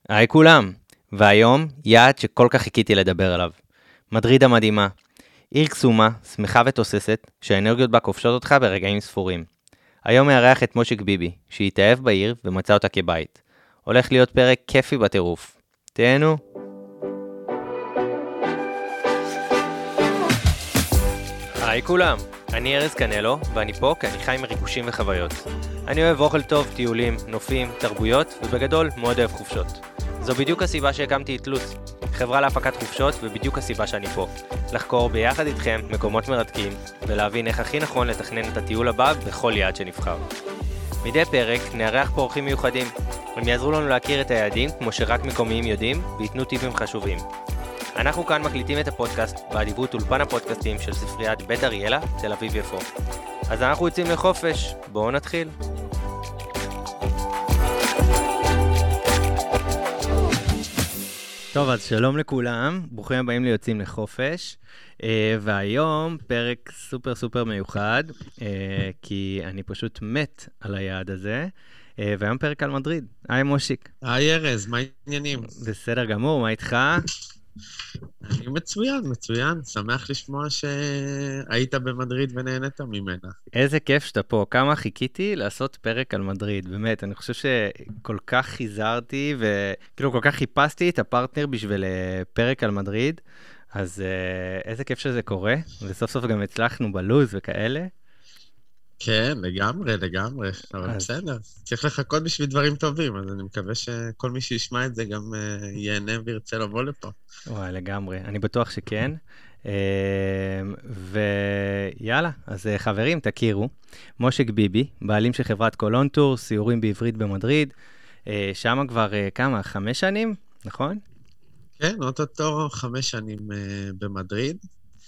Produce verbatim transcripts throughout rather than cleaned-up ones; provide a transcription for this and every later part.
היי כולם, והיום יעד שכל כך חיכיתי לדבר עליו. מדריד המדהימה, עיר קסומה, שמחה ותוססת, שהאנרגיות בה כובשות אותך ברגעים ספורים. היום מארח את מושיק ביבי, שהתאהב בעיר ומצא אותה כבית. הולך להיות פרק כיפי בטירוף. תהנו. היי כולם, אני ארז קנלו, ואני פה כי אני חי מריגושים וחוויות. אני אוהב אוכל טוב, טיולים, נופים, תרבויות, ובגדול מאוד אוהב חופשות. זו בדיוק הסיבה שהקמתי את לוץ, חברה להפקת חופשות, ובדיוק הסיבה שאני פה. לחקור ביחד איתכם מקומות מרתקים, ולהבין איך הכי נכון לתכנן את הטיול הבא בכל יעד שנבחר. מדי פרק נארח פה אורחים מיוחדים. הם יעזרו לנו להכיר את היעדים כמו שרק מקומיים יודעים, וייתנו טיפים חשובים. אנחנו כאן מקליטים את הפודקאסט באדיבות אולפן הפודקאסטים של ספריית בית אריאלה, תל אביב יפו. אז אנחנו יוצאים לחופש, בואו נתחיל. טוב, אז שלום לכולם, ברוכים הבאים ליוצאים לחופש, והיום פרק סופר סופר מיוחד, כי אני פשוט מת על היעד הזה, והיום פרק על מדריד. היי מושיק. היי ארז, מה העניינים? בסדר גמור, מה איתך? אני מצוין, מצוין. שמח לשמוע שהיית במדריד ונהנית ממנה. איזה כיף שאתה פה. כמה חיכיתי לעשות פרק על מדריד. באמת, אני חושב שכל כך חיזרתי, וכאילו כל כך חיפשתי את הפרטנר בשביל פרק על מדריד. אז איזה כיף שזה קורה. וסוף סוף גם הצלחנו בלוז וכאלה. כן, לגמרי, לגמרי. אבל בסדר. צריך לחכות בשביל דברים טובים, אז אני מקווה שכל מי שישמע את זה גם ייהנה וירצה לבוא לפה. וואי, לגמרי. אני בטוח שכן. ויאללה, אז חברים, תכירו. מושיק ביבי, בעלים של חברת קולונטור, סיורים בעברית במדריד. שם כבר כמה? חמש שנים, נכון? כן, אוטוטו חמש שנים במדריד.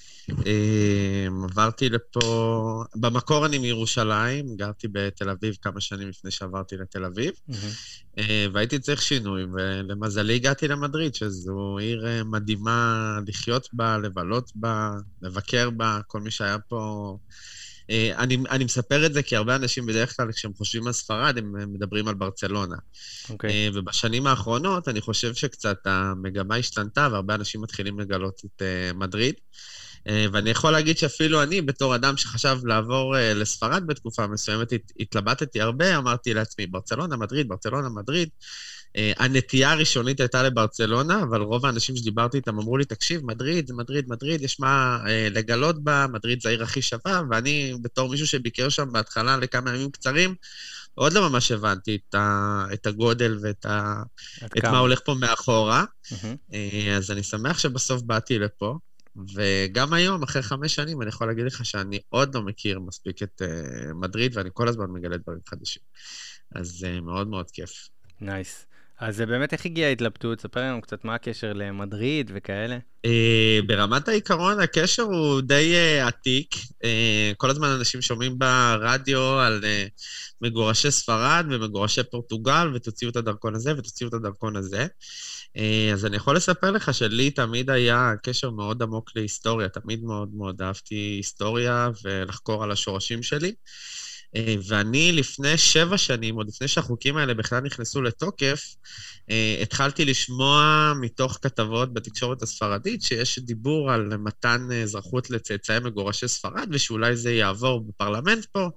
עברתי לפה, במקור אני מירושלים, גרתי בתל אביב כמה שנים לפני שעברתי לתל אביב, והייתי צריך שינוי, ולמזלי הגעתי למדריד, שזו עיר מדהימה לחיות בה, לבלות בה, לבקר בה, כל מי שהיה פה. אני, אני מספר את זה כי הרבה אנשים בדרך כלל, כשהם חושבים על ספרד, הם מדברים על ברצלונה. Okay. ובשנים האחרונות אני חושב שקצת המגמה השתנתה, והרבה אנשים מתחילים לגלות את מדריד. ואני יכול להגיד שאפילו אני, בתור אדם שחשב לעבור לספרד בתקופה מסוימת, התלבטתי הרבה, אמרתי לעצמי, ברצלונה, מדריד, ברצלונה, מדריד. הנטייה הראשונית הייתה לברצלונה, אבל רוב האנשים שדיברתי איתם אמרו לי, תקשיב, מדריד, מדריד, מדריד, יש מה לגלות בה, מדריד זה העיר הכי שווה, ואני בתור מישהו שביקר שם בהתחלה לכמה ימים קצרים, עוד לא ממש הבנתי את, ה, את הגודל ואת ה, את מה הולך פה מאחורה. Mm-hmm. אז אני שמח שבסוף באתי לפה. וגם היום, אחרי חמש שנים, אני יכול להגיד לך שאני עוד לא מכיר מספיק את uh, מדריד, ואני כל הזמן מגלה דברים חדשים. אז uh, מאוד מאוד כיף. נייס. אז זה באמת איך הגיעה ההתלבטות? ספר לנו קצת מה הקשר למדריד וכאלה. Uh, ברמת העיקרון, הקשר הוא די uh, עתיק. Uh, כל הזמן אנשים שומעים ברדיו על uh, מגורשי ספרד ומגורשי פורטוגל, ותוציאו את הדרכון הזה ותוציאו את הדרכון הזה. אז אני יכול לספר לך שלי תמיד היה קשר מאוד עמוק להיסטוריה, תמיד מאוד מאוד אהבתי היסטוריה ולחקור על השורשים שלי, ואני לפני שבע שנים, עוד לפני שהחוקים האלה בכלל נכנסו לתוקף, התחלתי לשמוע מתוך כתבות בתקשורת הספרדית, שיש דיבור על מתן אזרחות לצאצאי מגורשי ספרד, ושאולי זה יעבור בפרלמנט פה,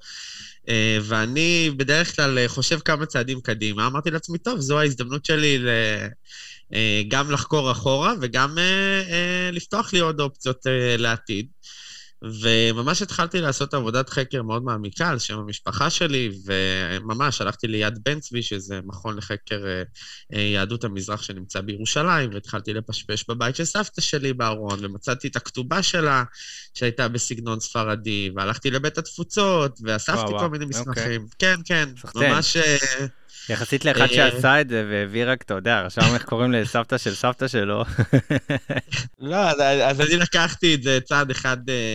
ואני בדרך כלל חושב כמה צעדים קדימה, אמרתי לעצמי, טוב, זו ההזדמנות שלי ל... גם לחקור אחורה, וגם לפתוח לי עוד אופציות לעתיד. וממש התחלתי לעשות עבודת חקר מאוד מעמיקה על שם המשפחה שלי, וממש הלכתי ליד בן צבי, שזה מכון לחקר יהדות המזרח שנמצא בירושלים, והתחלתי לפשפש בבית של סבתא שלי בארון, ומצאתי את הכתובה שלה, שהייתה בסגנון ספרדי, והלכתי לבית התפוצות, ואספתי כל מיני מסמכים. כן, כן, ממש... יחסית לאחד שעשה את זה, והביא רק, אתה יודע, רשם איך קוראים לסבתא של סבתא שלו. לא, אז אני לקחתי את זה צעד אחד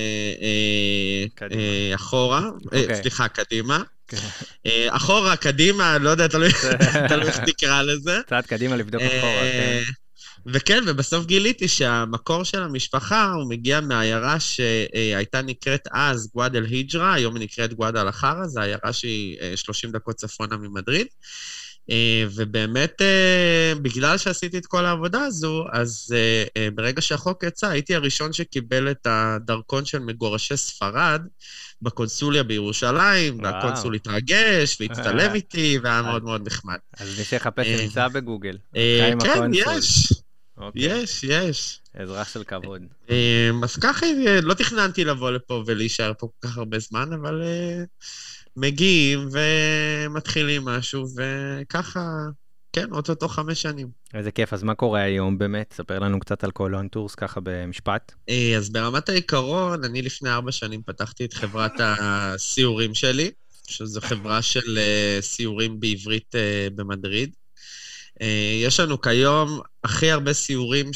אחורה, סליחה, קדימה. אחורה, קדימה, לא יודע, תלוי איך תקרא לזה. צעד קדימה לבדוק אחורה, כן. וכן, ובסוף גיליתי שהמקור של המשפחה הוא מגיע מהעיירה שהייתה נקראת אז גואדל היג'רה, היום היא נקראת גואדל אחרה, זו העיירה שהיא שלושים דקות צפונה ממדריד, ובאמת, בגלל שעשיתי את כל העבודה הזו, אז ברגע שהחוק יצא, הייתי הראשון שקיבל את הדרכון של מגורשי ספרד, בקונסוליה בירושלים, והקונסול התרגש, והצטלם איתי, והיה מאוד מאוד נחמד. אז מי שיחפש נמצא בגוגל. כן, יש. יש, יש. אזרח של כבוד. אז ככה, לא תכננתי לבוא לפה ולהישאר פה כל כך הרבה זמן, אבל מגיעים ומתחילים משהו, וככה, כן, אותו חמש שנים. איזה כיף, אז מה קורה היום באמת? ספר לנו קצת על קולון טורס, ככה במשפט. אז ברמת העיקרון, אני לפני ארבע שנים פתחתי את חברת הסיורים שלי, שזו חברה של סיורים בעברית במדריד. יש לנו כיום הכי הרבה סיורים,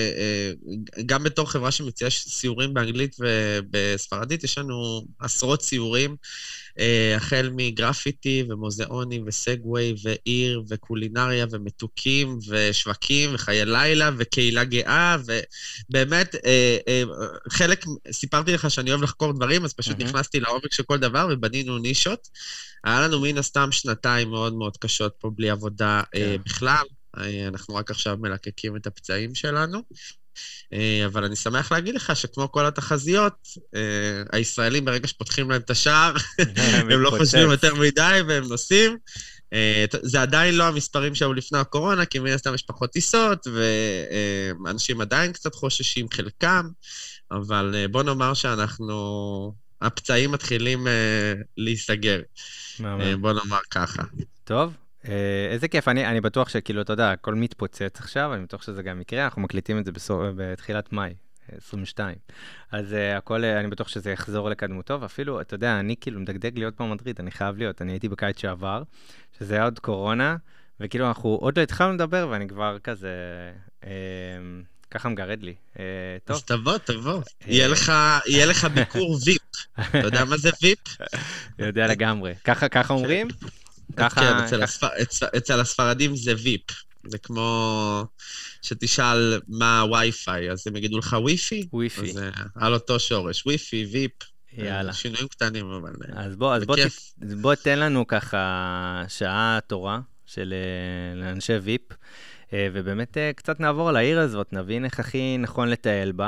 שגם בתור חברה שמציעה סיורים באנגלית ובספרדית, יש לנו עשרות סיורים, החל מגרפיטי ומוזיאונים וסגווי ועיר וקולינריה ומתוקים ושווקים וחיי לילה וקהילה גאה, ובאמת חלק, סיפרתי לך שאני אוהב לחקור דברים, אז פשוט נכנסתי לעומק של כל דבר ובנינו נישות. היה לנו מן הסתם שנתיים מאוד מאוד קשות פה בלי עבודה בכלל, אנחנו רק עכשיו מלקקים את הפצעים שלנו, אבל אני שמח להגיד לך שכמו כל התחזיות, הישראלים ברגע שפותחים להם את השער, הם לא חושבים יותר מדי והם נוסעים. זה עדיין לא המספרים שהיו לפני הקורונה, כי מן הסתם יש פחות טיסות, ואנשים עדיין קצת חוששים חלקם, אבל בוא נאמר שאנחנו, הפצעים מתחילים להיסגר. בוא נאמר ככה. טוב. איזה כיף, אני, אני בטוח שכאילו, אתה יודע, הכל מתפוצץ עכשיו, אני בטוח שזה גם יקרה, אנחנו מקליטים את זה בסוף, בתחילת מאי, עשרים ושתיים. אז uh, הכל, אני בטוח שזה יחזור לקדמותו, ואפילו, אתה יודע, אני כאילו מדגדג להיות במדריד, אני חייב להיות, אני הייתי בקיץ שעבר, שזה היה עוד קורונה, וכאילו אנחנו עוד לא התחלנו לדבר, ואני כבר כזה, אה, ככה מגרד לי. אה, טוב. אז תבוא, תבוא. יהיה לך, יהיה לך ביקור ויפ. אתה יודע מה זה ויפ? יודע לגמרי. ככה, ככה אומרים? ככה, כן, אצל, הספר, אצל, אצל הספרדים זה ויפ, זה כמו שתשאל מה וי-פיי, אז הם יגידו לך וויפי, וויפי. אז על אותו שורש, וויפי, ויפ, יאללה. שינויים קטנים, אבל אז בוא, אז בוא, ת, בוא תן לנו ככה שעה תורה של אנשי ויפ, ובאמת קצת נעבור על העיר הזאת, נבין איך הכי נכון לטייל בה,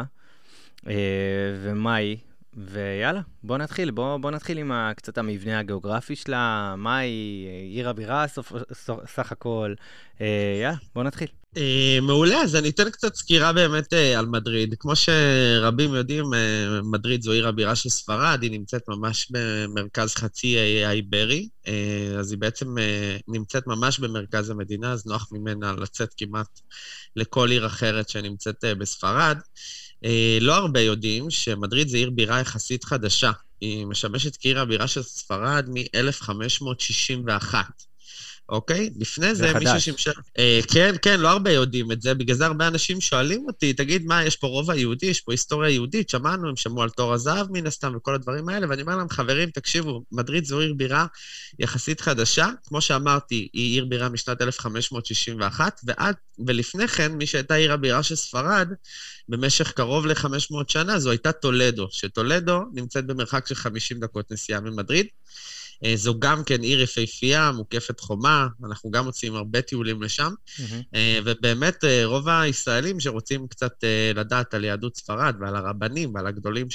ומה היא. ויאללה, בוא נתחיל, בוא, בוא נתחיל עם קצת המבנה הגיאוגרפי שלה, מה היא, עיר הבירה סוף, סוף, סך הכל, אה, יאללה, בוא נתחיל. אה, מעולה, אז אני אתן קצת סקירה באמת אה, על מדריד. כמו שרבים יודעים, אה, מדריד זו עיר הבירה של ספרד, היא נמצאת ממש במרכז חצי האי האיברי, אה, אז היא בעצם אה, נמצאת ממש במרכז המדינה, אז נוח ממנה לצאת כמעט לכל עיר אחרת שנמצאת אה, בספרד. Uh, לא הרבה יודעים שמדריד זה עיר בירה יחסית חדשה. היא משמשת כעיר הבירה של ספרד מ-אלף חמש מאות שישים ואחת. אוקיי? לפני זה, זה מישהו שמשל... Uh, כן, כן, לא הרבה יודעים את זה. בגלל זה הרבה אנשים שואלים אותי, תגיד, מה, יש פה רובע יהודי, יש פה היסטוריה יהודית, שמענו, הם שמעו על תור הזהב מן הסתם וכל הדברים האלה, ואני אומר להם, חברים, תקשיבו, מדריד זו עיר בירה יחסית חדשה. כמו שאמרתי, היא עיר בירה משנת אלף חמש מאות שישים ואחת, ועד, ולפני כן, מי שהייתה עיר הבירה של ספרד, במשך קרוב ל-חמש מאות שנה, זו הייתה טולדו, שטולדו נמצאת במרחק של חמישים דקות נסיעה ממדריד. זו גם כן עיר יפהפייה, מוקפת חומה, אנחנו גם מוצאים הרבה טיולים לשם, mm-hmm. ובאמת רוב הישראלים שרוצים קצת לדעת על יהדות ספרד ועל הרבנים ועל הגדולים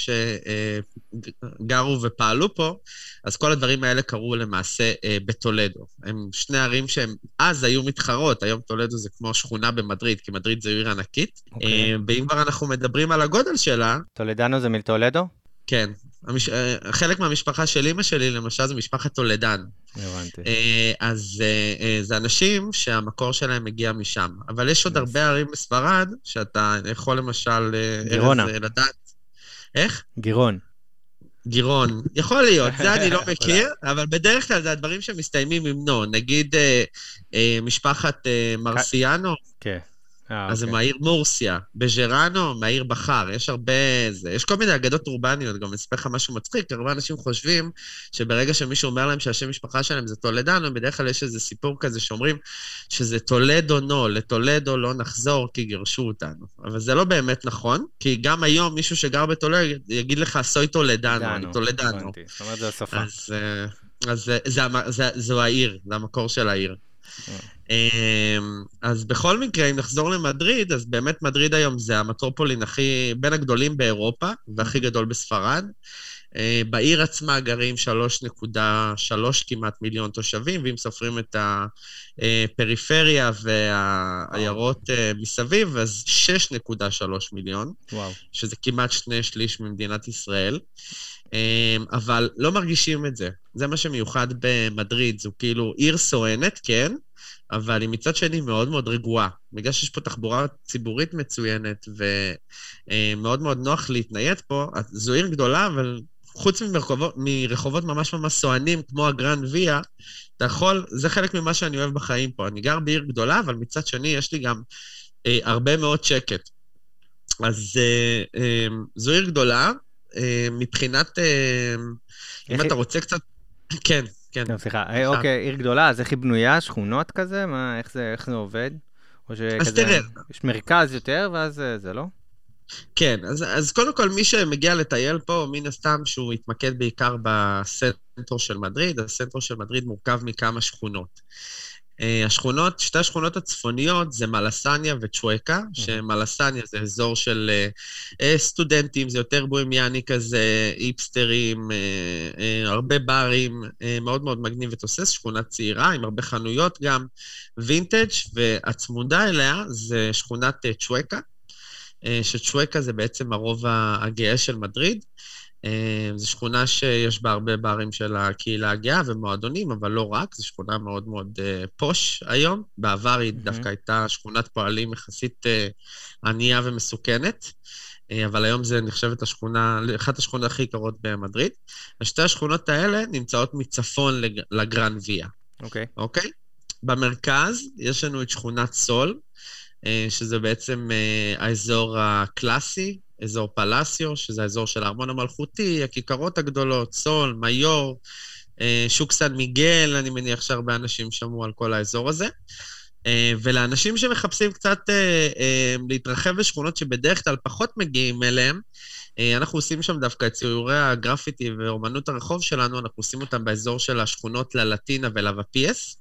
שגרו ופעלו פה, אז כל הדברים האלה קרו למעשה בטולדו. הם שני ערים שהם אז היו מתחרות, היום טולדו זה כמו שכונה במדריד, כי מדריד זו עיר ענקית, okay. ואם כבר אנחנו מדברים על הגודל שלה... טולדנו זה מטולדו? כן. המש... חלק מהמשפחה של אמא שלי, למשל, זה משפחת טולדן. הבנתי. אז זה אנשים שהמקור שלהם מגיע משם. אבל יש עוד הרבה ערים בספרד, שאתה יכול למשל... גירונה. לדעת... איך? גירון. גירון. יכול להיות, זה אני לא מכיר, אבל בדרך כלל זה הדברים שמסתיימים עם נו. נגיד משפחת מרסיאנו. כן. אז זה מהעיר מורסיה, בג'רנו, מהעיר בחר, יש הרבה... זה, יש כל מיני אגדות אורבניות, גם אספר לך משהו מצחיק, הרבה אנשים חושבים שברגע שמישהו אומר להם שהשם משפחה שלהם זה טולדנו, בדרך כלל יש איזה סיפור כזה שאומרים שזה טולדו נו, לטולדו לא נחזור כי גירשו אותנו. אבל זה לא באמת נכון, כי גם היום מישהו שגר בטולדו יגיד לך סוי טולדנו, טולדנו. זאת אומרת, זה השפה. אז, אז זה, זה, זה, זו העיר, זה המקור של העיר. אז בכל מקרה, אם נחזור למדריד, אז באמת מדריד היום זה המטרופולין הכי, בין הגדולים באירופה, והכי גדול בספרד. בעיר עצמה גרים שלוש נקודה שלוש כמעט מיליון תושבים, ואם סופרים את הפריפריה והעיירות מסביב, אז שש נקודה שלוש מיליון, וואו. שזה כמעט שני שליש ממדינת ישראל. אבל לא מרגישים את זה. זה מה שמיוחד במדריד, זו כאילו עיר סואנת, כן, אבל היא מצד שני מאוד מאוד רגועה. בגלל שיש פה תחבורה ציבורית מצוינת, ומאוד מאוד נוח להתנייד פה, זו עיר גדולה, אבל חוץ מרחובות, מרחובות ממש ממש סואנים, כמו הגרנד ויה, אתה יכול, זה חלק ממה שאני אוהב בחיים פה. אני גר בעיר גדולה, אבל מצד שני יש לי גם אה, הרבה מאוד שקט. אז אה, אה, זו עיר גדולה, אה, מבחינת, אה, אם אתה רוצה קצת, כן, כן. טוב, סליחה, אוקיי, עיר גדולה, אז איך היא בנויה, שכונות כזה? מה, איך זה, איך זה עובד? או שכזה, יש מרכז יותר, ואז זה לא? כן, אז, אז קודם כל מי שמגיע לטייל פה, מן הסתם שהוא יתמקד בעיקר בסנטרו של מדריד, הסנטרו של מדריד מורכב מכמה שכונות. השכונות, שתי השכונות הצפוניות זה מלסניה וצ'ואקה, שמלסניה זה אזור של סטודנטים, זה יותר בוהמיאני כזה, איפסטרים, הרבה ברים, מאוד מאוד מגניב ותוסס, שכונה צעירה עם הרבה חנויות גם, וינטג', והצמודה אליה זה שכונת צ'ואקה, שצ'ואקה זה בעצם הרוב הגאה של מדריד, זו שכונה שיש בה הרבה ברים של הקהילה הגאה ומועדונים, אבל לא רק, זו שכונה מאוד מאוד פוש היום. בעבר היא דווקא הייתה שכונת פועלים יחסית ענייה ומסוכנת, אבל היום זה נחשבת השכונה, אחת השכונות הכי יקרות במדריד. שתי השכונות האלה נמצאות מצפון לגרן ויה. אוקיי. אוקיי? במרכז יש לנו את שכונת סול, שזה בעצם האזור הקלאסי, אזור פלסיו, שזה האזור של הארמון המלכותי, הכיכרות הגדולות, סול, מיור, שוק סן מיגל, אני מניח שהרבה אנשים שמעו על כל האזור הזה. ולאנשים שמחפשים קצת להתרחב בשכונות שבדרך כלל פחות מגיעים אליהם, אנחנו עושים שם דווקא את ציורי הגרפיטי ואומנות הרחוב שלנו, אנחנו עושים אותם באזור של השכונות ללטינה ולוואפיאס.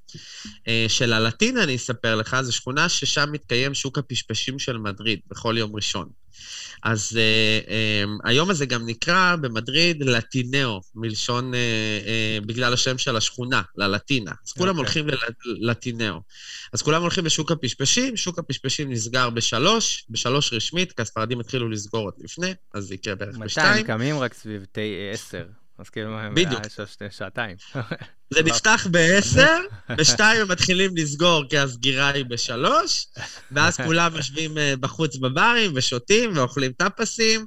של הלטינה, אני אספר לך, זו שכונה ששם מתקיים שוק הפשפשים של מדריד, בכל יום ראשון. אז uh, um, היום הזה גם נקרא במדריד לטינאו, מלשון, uh, uh, בגלל השם של השכונה, ללטינה. אז כולם okay. הולכים ללטינאו. אז כולם הולכים לשוק הפשפשים, שוק הפשפשים נסגר בשלוש, בשלוש רשמית, כי הספרדים התחילו לסגור עוד לפני, אז זה יקרה בערך בשתיים. מתי קמים רק סביב תי עשר, אז כאילו מה, בדיוק. שעתיים. זה נפתח בעשר, בשתיים הם מתחילים לסגור, כי הסגירה היא בשלוש, ואז כולם יושבים בחוץ בברים ושותים ואוכלים טאפסים,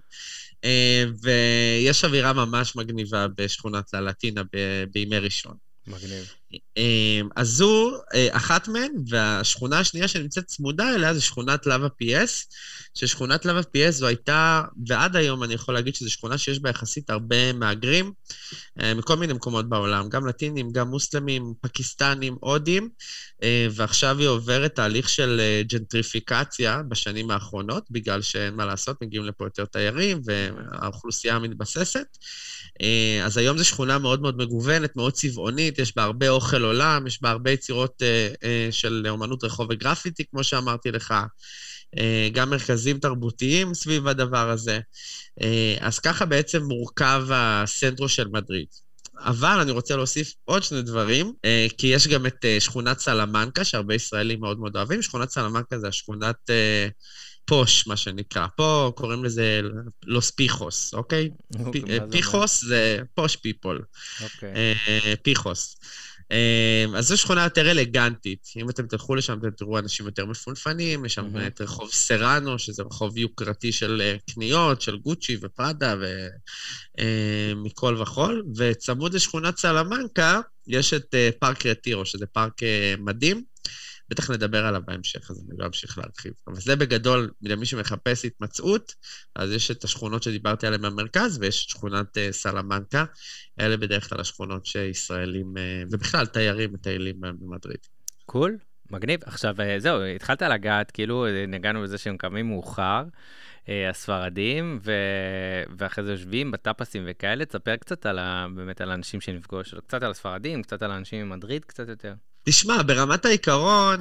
ויש אווירה ממש מגניבה בשכונת ללטינה בימי ראשון. מגניב. אז זו אחת מהן, והשכונה השנייה שנמצאת צמודה אליה זה שכונת לבה פי אס, ששכונת לבה פי אס זו הייתה, ועד היום אני יכול להגיד שזו שכונה שיש בה יחסית הרבה מהגרים, מכל מיני מקומות בעולם, גם לטינים, גם מוסלמים, פקיסטנים, הודים, ועכשיו היא עוברת תהליך של ג'נטריפיקציה בשנים האחרונות, בגלל שאין מה לעשות, מגיעים לפה יותר תיירים, והאוכלוסייה מתבססת. אז היום זו שכונה מאוד מאוד מגוונת, מאוד צבעונית, יש בה הרבה אוכל עולם, יש בה הרבה יצירות של אומנות רחוב וגרפיטי, כמו שאמרתי לך, גם מרכזים תרבותיים סביב הדבר הזה. אז ככה בעצם מורכב הסנטרו של מדריד. אבל אני רוצה להוסיף עוד שני דברים, כי יש גם את שכונת סלמנקה, שהרבה ישראלים מאוד מאוד אוהבים. שכונת סלמנקה זה השכונת פוש, מה שנקרא. פה קוראים לזה לוס פיחוס, אוקיי? פיחוס זה פוש פיפול. פיחוס. אז זו שכונה יותר אלגנטית. אם אתם תלכו לשם, אתם תראו אנשים יותר מפונפנים, יש שם את רחוב סרנו, שזה רחוב יוקרתי של קניות, של גוצ'י ופרדה ומכל וכול, וצמוד לשכונת סלמנקה, יש את פארק רטירו, שזה פארק מדהים, בטח נדבר עליו בהמשך, אז אני לא אמשיך להרחיב. אבל זה בגדול, למי שמחפש התמצאות, אז יש את השכונות שדיברתי עליהן במרכז, ויש את שכונת סלמנקה, אלה בדרך כלל השכונות שישראלים, ובכלל תיירים מטיילים במדריד. קול, מגניב. עכשיו, זהו, התחלת לגעת, כאילו נגענו בזה שהם קמים מאוחר, הספרדים, ו... ואחרי זה יושבים בטאפסים וכאלה, תספר קצת על ה... באמת על האנשים שנפגוש, קצת על הספרדים, קצת על האנשים ממדריד, קצת יותר. תשמע, ברמת העיקרון,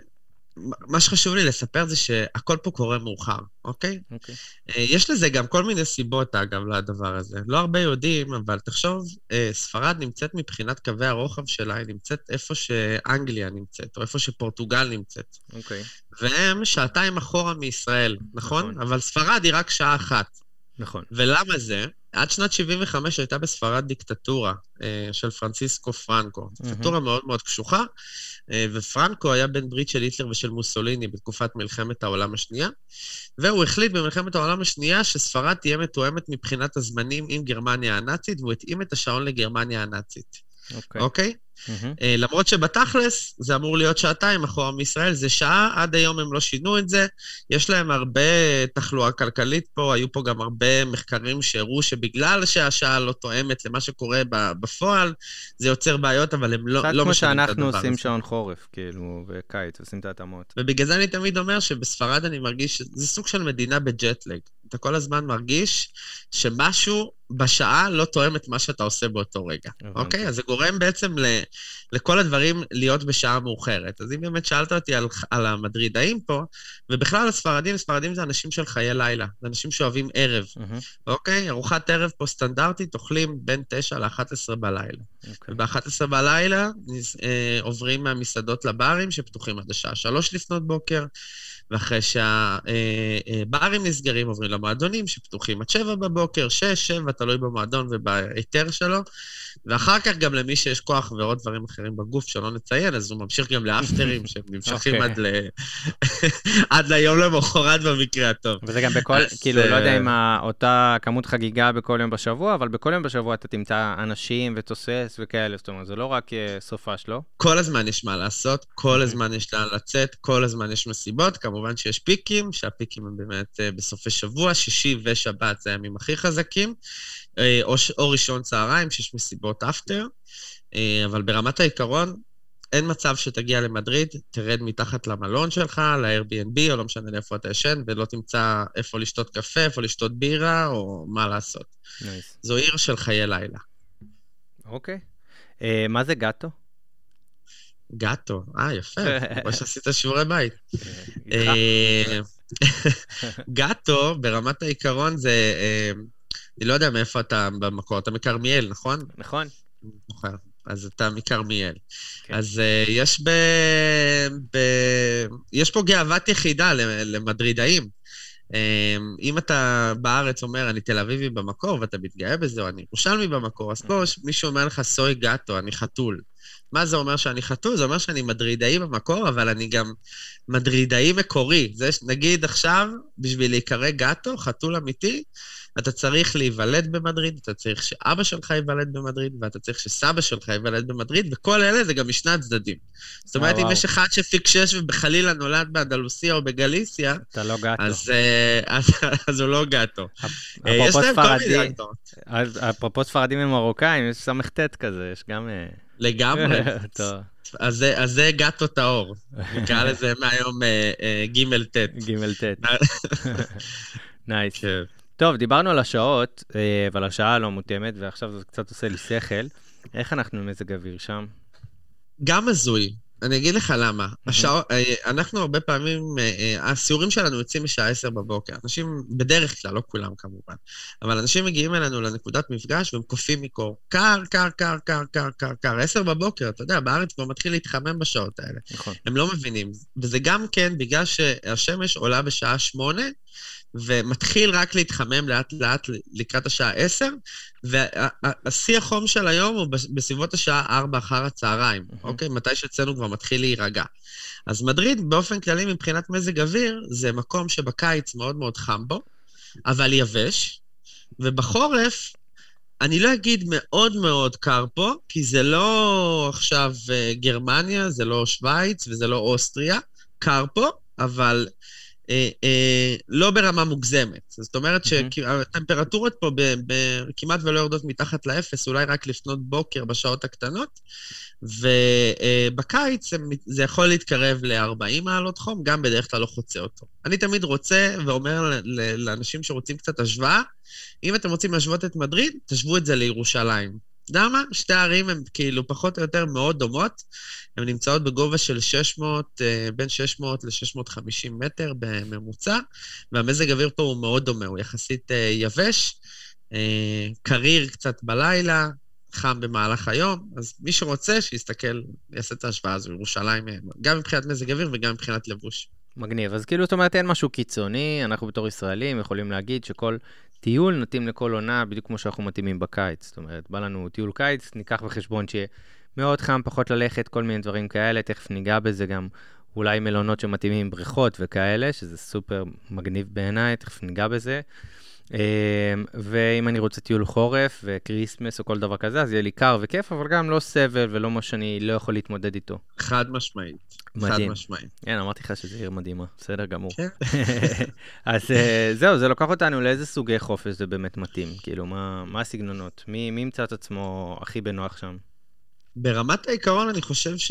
מה שחשוב לי לספר זה שהכל פה קורה מאוחר, אוקיי? אוקיי. יש לזה גם כל מיני סיבות, אגב, לדבר הזה. לא הרבה יודעים, אבל תחשוב, ספרד נמצאת מבחינת קווי הרוחב שלה, היא נמצאת איפה שאנגליה נמצאת, או איפה שפורטוגל נמצאת. אוקיי. והם שעתיים אחורה מישראל, נכון? נכון. אבל ספרד היא רק שעה אחת. נכון. ולמה זה? עד שנת שבעים וחמש הייתה בספרד דיקטטורה אה, של פרנסיסקו פרנקו. דיקטטורה מאוד מאוד קשוחה, אה, ופרנקו היה בן ברית של היטלר ושל מוסוליני בתקופת מלחמת העולם השנייה, והוא החליט במלחמת העולם השנייה שספרד תהיה מתואמת מבחינת הזמנים עם גרמניה הנאצית, והוא התאים את השעון לגרמניה הנאצית. אוקיי. אוקיי? Mm-hmm. למרות שבתכלס זה אמור להיות שעתיים אחורה מישראל, זה שעה, עד היום הם לא שינו את זה, יש להם הרבה תחלואה כלכלית פה, היו פה גם הרבה מחקרים שהראו שבגלל שהשעה לא תואמת למה שקורה בפועל, זה יוצר בעיות, אבל הם לא, לא משנים את הדבר הזה. קצת כמו שאנחנו עושים שעון חורף, כאילו, וקיץ, עושים את ההתאמות. ובגלל זה אני תמיד אומר שבספרד אני מרגיש שזה סוג של מדינה בג'טלג. אתה כל הזמן מרגיש שמשהו בשעה לא תואם את מה שאתה עושה באותו רגע. אוקיי? אז זה גורם בעצם ל, לכל הדברים להיות בשעה מאוחרת. אז אם באמת שאלת אותי על, על המדרידאים פה, ובכלל הספרדים, הספרדים זה אנשים של חיי לילה, זה אנשים שאוהבים ערב. אוקיי? ארוחת ערב פה סטנדרטית, אוכלים בין תשע ל-אחת עשרה בלילה. וב-אחת עשרה בלילה עוברים מהמסעדות לברים שפתוחים עד השעה שלוש לפנות בוקר, ואחרי שהברים נסגרים, עוברים למועדונים שפתוחים עד שבע בבוקר, שש, שבע, תלוי במועדון ובהיתר שלו, ואחר כך גם למי שיש כוח ועוד דברים אחרים בגוף שלא נציין, אז הוא ממשיך גם לאפטרים שהם נמשכים עד ל... עד ליום למחרת במקרה הטוב. וזה גם בכל, כאילו, לא יודע אם אותה כמות חגיגה בכל יום בשבוע, אבל בכל יום בשבוע אתה תמצא אנשים ותוסס וכאלה, זאת אומרת, זה לא רק סופש, לא? כל הזמן יש מה לעשות, כל הזמן יש לאן לצאת, כל הזמן יש מסיבות, כמובן שיש פיקים, שהפיקים הם באמת בסופי שבוע, שישי ושבת זה הימים הכי חזקים, או, או ראשון צהריים, שיש מסיבות אפטר, אבל ברמת העיקרון, אין מצב שתגיע למדריד, תרד מתחת למלון שלך, ל-Airbnb, או לא משנה לאיפה אתה ישן, ולא תמצא איפה לשתות קפה, איפה לשתות בירה, או מה לעשות. Nice. זו עיר של חיי לילה. אוקיי. Okay. Uh, מה זה גאטו? גאטו, אה, יפה. כמו שעשית שיעורי בית. גאטו, ברמת העיקרון זה... אני לא יודע מאיפה אתה במקור, אתה מקרמיאל, נכון? נכון. נכון, אז אתה מקרמיאל. אז יש ב... יש פה גאוות יחידה למדרידאים. אם אתה בארץ אומר, אני תל אביבי במקור, ואתה מתגאה בזה, או אני ירושלמי במקור, אז פה מישהו אומר לך, סוי גאטו, אני חתול. מה זה אומר שאני חתול? זה אומר שאני מדרידאי במקור, אבל אני גם מדרידאי מקורי. זה נגיד עכשיו, בשביל להיקרא גאטו, חתול אמיתי, אתה צריך להיוולד במדריד, אתה צריך שאבא שלך ייוולד במדריד, ואתה צריך שסבא שלך ייוולד במדריד, וכל אלה זה גם משני הצדדים. זאת אומרת, אם יש אחד שפיקשש ובחלילה נולד באנדלוסיה או בגליסיה, אתה לא גאטו. אז הוא לא גאטו. אפרופו ספרדים ומרוקאים, יש סמכתת כזה, יש גם... לגמרי. אז זה גאטו טהור. נקרא לזה מהיום גימל טט. גימל טט. נייס. טוב, דיברנו על השעות, ועל השעה הלא מותאמת, ועכשיו זה קצת עושה לי שכל. איך אנחנו עם מזג אוויר שם? גם הזוי. אני אגיד לך למה. אנחנו הרבה פעמים, הסיורים שלנו יוצאים משעה עשר בבוקר. אנשים, בדרך כלל, לא כולם כמובן, אבל אנשים מגיעים אלינו לנקודת מפגש והם קופים מקור. קר, קר, קר, קר, קר, קר, קר. עשר בבוקר, אתה יודע, בארץ כבר מתחיל להתחמם בשעות האלה. נכון. הם לא מבינים. וזה גם כן בגלל שהשמש עולה בשעה שמונה, ומתחיל רק להתחמם לאט לאט לקראת השעה עשר, והשיא החום של היום הוא בסביבות השעה ארבע אחר הצהריים, אוקיי? מתי שאצלנו כבר מתחיל להירגע. אז מדריד באופן כללי מבחינת מזג אוויר, זה מקום שבקיץ מאוד מאוד חם בו, אבל יבש, ובחורף, אני לא אגיד מאוד מאוד קר פה, כי זה לא עכשיו גרמניה, זה לא שוויץ וזה לא אוסטריה, קר פה, אבל... אה, אה, לא ברמה מוגזמת. זאת אומרת שהטמפרטורות פה כמעט ולא יורדות מתחת לאפס, אולי רק לפנות בוקר בשעות הקטנות, ובקיץ זה יכול להתקרב ל-ארבעים מעלות חום, גם בדרך כלל לא חוצה אותו. אני תמיד רוצה ואומר לאנשים שרוצים קצת השוואה, אם אתם רוצים להשוות את מדריד, תשוו את זה לירושלים. אתה יודע מה? שתי הערים הן כאילו פחות או יותר מאוד דומות, הן נמצאות בגובה של שש מאות, בין שש מאות ל-שש מאות וחמישים מטר בממוצע, והמזג האוויר פה הוא מאוד דומה, הוא יחסית יבש, קריר קצת בלילה, חם במהלך היום, אז מי שרוצה שיסתכל, יעשה את ההשוואה הזו, ירושלים, גם מבחינת מזג אוויר וגם מבחינת לבוש. מגניב, אז כאילו זאת אומרת אין משהו קיצוני, אנחנו בתור ישראלים יכולים להגיד שכל טיול נתאים לכל עונה, בדיוק כמו שאנחנו מתאימים בקיץ, זאת אומרת, בא לנו טיול קיץ, ניקח בחשבון שיהיה מאוד חם, פחות ללכת, כל מיני דברים כאלה, תכף ניגע בזה גם אולי מלונות שמתאימים בריכות וכאלה, שזה סופר מגניב בעיניי, תכף ניגע בזה. ואם אני רוצה טיול חורף וקריסמס או כל דבר כזה, אז יהיה לי קר וכיף, אבל גם לא סבל ולא מה שאני לא יכול להתמודד איתו. חד משמעית. מדהים. חד משמעית. כן, אמרתי לך שזה עיר מדהימה, בסדר גמור. כן. אז זהו, זה לוקח אותנו לאיזה סוגי חופש זה באמת מתאים, כאילו, מה, מה הסגנונות? מי, מי ימצא את עצמו הכי בנוח שם? ברמת העיקרון אני חושב ש...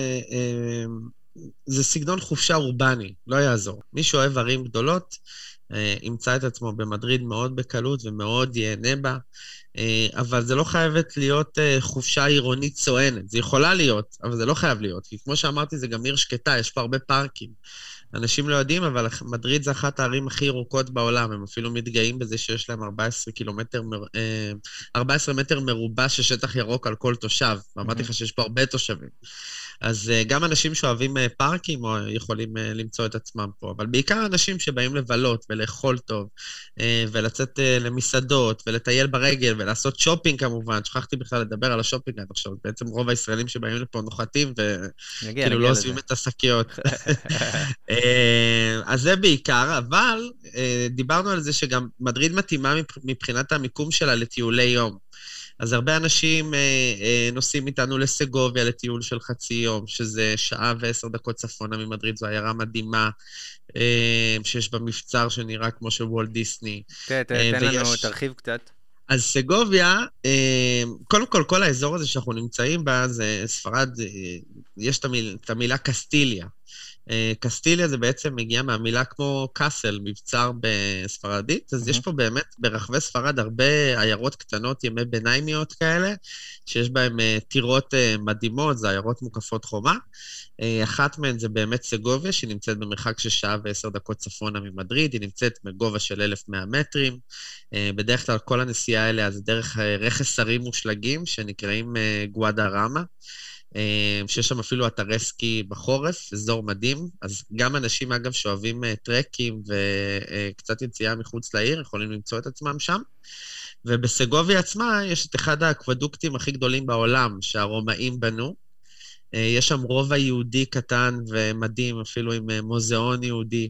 זה סגנון חופשה אורבני, לא יעזור. מי שאוהב ערים גדולות, ימצא את עצמו במדריד מאוד בקלות ומאוד ייהנה בה, אבל זה לא חייבת להיות חופשה עירונית צוענת. זה יכולה להיות, אבל זה לא חייב להיות, כי כמו שאמרתי, זה גם עיר שקטה, יש פה הרבה פארקים. אנשים לא יודעים, אבל מדריד זה אחת הערים הכי ירוקות בעולם, הם אפילו מתגאים בזה שיש להם ארבעה עשר קילומטר, ארבעה עשר מטר מרובע של שטח ירוק על כל תושב. ואמרתי לך שיש פה הרבה תושבים. אז גם אנשים שאוהבים פארקים יכולים למצוא את עצמם פה, אבל בעיקר אנשים שבאים לבלות ולאכול טוב, ולצאת למסעדות ולטייל ברגל ולעשות שופינג כמובן. שכחתי בכלל לדבר על השופינג עד עכשיו, בעצם רוב הישראלים שבאים לפה נוחתים וכאילו לא עוזבים את השקיות. אז זה בעיקר, אבל דיברנו על זה שגם מדריד מתאימה מבחינת המיקום שלה לטיולי יום. אז הרבה אנשים אה, אה, נוסעים איתנו לסגוביה, לטיול של חצי יום, שזה שעה ועשר דקות צפונה ממדריד, זו עיירה מדהימה, אה, שיש בה מבצר שנראה כמו של וולט דיסני. תן, תן ויש... לנו, תרחיב קצת. אז סגוביה, אה, קודם כל, כל האזור הזה שאנחנו נמצאים בה, זה ספרד, אה, יש את המיל, את המילה קסטיליה. קסטיליה זה בעצם מגיע מהמילה כמו קאסל, מבצר בספרדית, אז יש פה באמת ברחבי ספרד הרבה עיירות קטנות, ימי ביניימיות כאלה, שיש בהן טירות מדהימות, זה עיירות מוקפות חומה. אחת מהן זה באמת סגוביה, שהיא נמצאת במרחק של שעה ועשר דקות צפונה ממדריד, היא נמצאת בגובה של אלף ומאה מטרים. בדרך כלל כל הנסיעה האלה זה דרך רכס הרים מושלגים, שנקראים גואדרמה. שיש שם אפילו אתרי סקי בחורף, אזור מדהים, אז גם אנשים, אגב, שאוהבים טרקים וקצת יציאה מחוץ לעיר, יכולים למצוא את עצמם שם. ובסגוביה עצמה יש את אחד האקוודוקטים הכי גדולים בעולם, שהרומאים בנו. יש שם רובע יהודי קטן ומדהים, אפילו עם מוזיאון יהודי,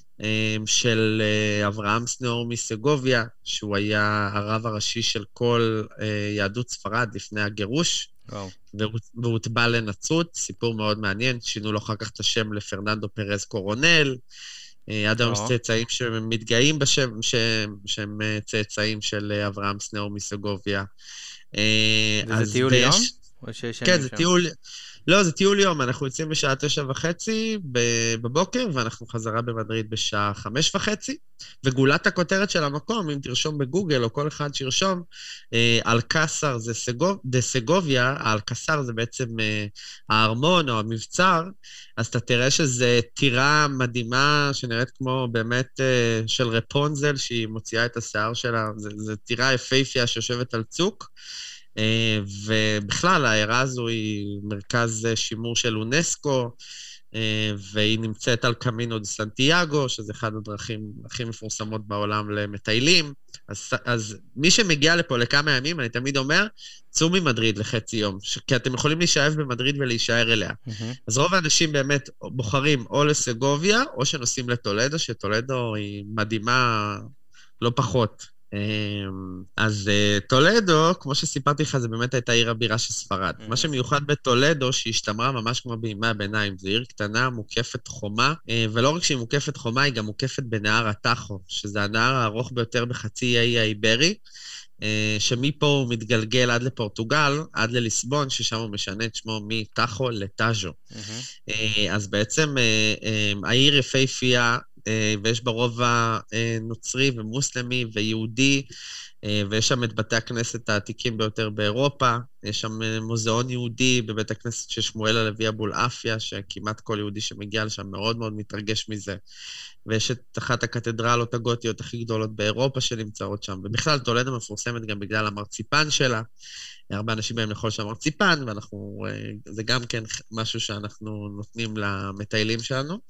של אברהם סנאור מסגוביה, שהוא היה הרב הראשי של כל יהדות ספרד לפני הגירוש, והוא הוטבע לנצרות, סיפור מאוד מעניין, שינו לו אחר כך את השם לפרננדו פרז קורונל, עד היום צאצאים שמתגאים בשם, שהם צאצאים של אברהם סנאור מסגוביה. וזה טיול יום? כן, זה טיול... לא, זה טיול יום, אנחנו יוצאים בשעה תשע וחצי בבוקר, ואנחנו חזרה במדריד בשעה חמש וחצי, וגולת הכותרת של המקום, אם תרשום בגוגל, או כל אחד שירשום, אלקסר זה סגוב, דה סגוביה, האלקסר זה בעצם הארמון או המבצר, אז אתה תראה שזה טירה מדהימה, שנראית כמו באמת של רפונזל, שהיא מוציאה את השיער שלה, זה, זה טירה יפהפייה שיושבת על צוק, ובכלל, העיירה הזו היא מרכז שימור של אונסקו, והיא נמצאת על קמינו דה סנטיאגו, שזה אחד הדרכים הכי מפורסמות בעולם למטיילים. אז, אז מי שמגיע לפה לכמה ימים, אני תמיד אומר, צאו ממדריד לחצי יום, כי אתם יכולים להישאב במדריד ולהישאר אליה. Mm-hmm. אז רוב האנשים באמת בוחרים או לסגוביה, או שנוסעים לטולדו, שטולדו היא מדהימה לא פחות. אז טולדו, כמו שסיפרתי לך, זה באמת הייתה עיר הבירה של ספרד. מה שמיוחד בטולדו, שהיא השתמרה ממש כמו בימי הביניים, זו עיר קטנה, מוקפת חומה, ולא רק שהיא מוקפת חומה, היא גם מוקפת בנהר הטחו, שזה הנהר הארוך ביותר בחצי האי האיברי, שמפה הוא מתגלגל עד לפורטוגל, עד לליסבון, ששם הוא משנה את שמו מטחו לטאז'ו. אז בעצם העיר יפהפייה, ויש ברובע נוצרי ומוסלמי ויהודי, ויש שם את בתי הכנסת העתיקים ביותר באירופה, יש שם מוזיאון יהודי בבית הכנסת של שמואל הלוי אבולעפיה, שכמעט כל יהודי שמגיע לשם מאוד מאוד מתרגש מזה, ויש את אחת הקתדרלות הגותיות הכי גדולות באירופה שנמצאות שם, ובכלל טולדו מפורסמת גם בגלל המרציפן שלה, הרבה אנשים בהם לאכול שם מרציפן, ואנחנו, זה גם כן משהו שאנחנו נותנים למטיילים שלנו.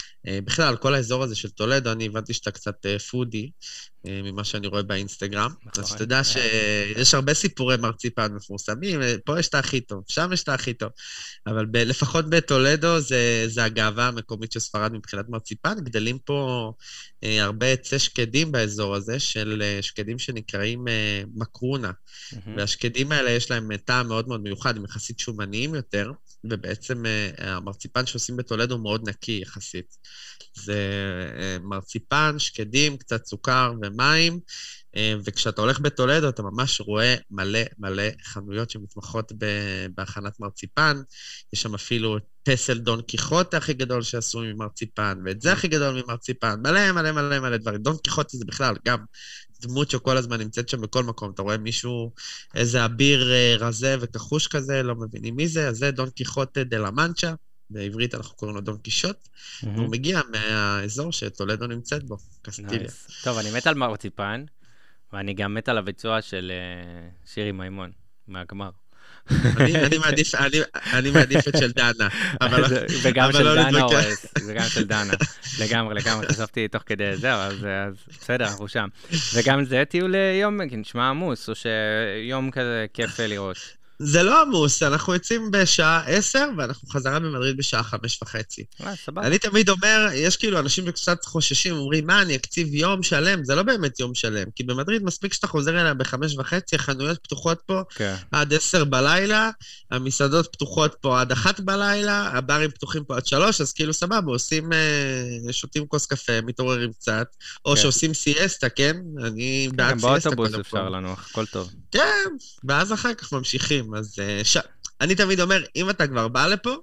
בכלל, כל האזור הזה של טולדו, אני הבנתי שאתה קצת פודי, ממה שאני רואה באינסטגרם. אז שאתה יודע שיש הרבה סיפורי מרציפן מפורסמים, פה יש את הכי טוב, שם יש את הכי טוב. אבל ב- לפחות בטולדו זה, זה הגאווה המקומית של ספרד מבחינת מרציפן, גדלים פה אה, הרבה עצי שקדים באזור הזה, של אה, שקדים שנקראים אה, מקרונה. Mm-hmm. והשקדים האלה יש להם טעם מאוד מאוד מיוחד, הם יחסית שומניים יותר, ובעצם אה, המרציפן שעושים בטולדו הוא מאוד נקי יחסית. זה אה, מרציפן, שקדים, קצת סוכר ומים, וכשאתה הולך בטולדו, אתה ממש רואה מלא מלא חנויות שמתמחות בהכנת מרציפן, יש שם אפילו פסל דון קיחוטה הכי גדול שעשו ממרציפן, ואת זה הכי גדול ממרציפן, מלא מלא מלא מלא דברים. דון קיחוטה זה בכלל גם דמות שכל הזמן נמצאת שם בכל מקום, אתה רואה מישהו, איזה אביר רזה וכחוש כזה, לא מבינים מי זה, אז זה דון קיחוטה דה לה מנצ'ה, בעברית אנחנו קוראים לו דון קישוט, mm-hmm. הוא מגיע מהאזור שטולדו נמצאת בו, קסטיליה. Nice. טוב, אני מת על מרציפן, ואני גם מת על הביצוע של uh, שירי מימון, מהגמר. אני, אני, מעדיף, אני, אני מעדיף את של דנה. אבל, וגם אבל של לא דנה, נתווכח. וגם של דנה. לגמרי, לגמרי, חשבתי תוך כדי זה, אבל זה, אז בסדר, אנחנו שם. וגם זה טיול יום, נשמע עמוס, או שיום כזה כיף לראות. זה לא עמוס, אנחנו יוצאים בשעה עשר, ואנחנו חזרה במדריד בשעה חמש וחצי. אה, סבבה. אני תמיד אומר, יש כאילו אנשים שקצת חוששים, אומרים, מה, אני אקציב יום שלם? זה לא באמת יום שלם, כי במדריד מספיק שאתה חוזר אליה בחמש וחצי, החנויות פתוחות פה כן. עד עשר בלילה, המסעדות פתוחות פה עד אחת בלילה, הברים פתוחים פה עד שלוש, אז כאילו סבבה, עושים, שותים כוס קפה, מתעוררים קצת, או כן. שעושים סיאסטה, כן? אני כן, בעד גם סיאסטה. באוטובוס אפשר לנו, הכל טוב. כן, ואז אחר כך ממשיכים. אז ש... אני תמיד אומר, אם אתה כבר בא לפה,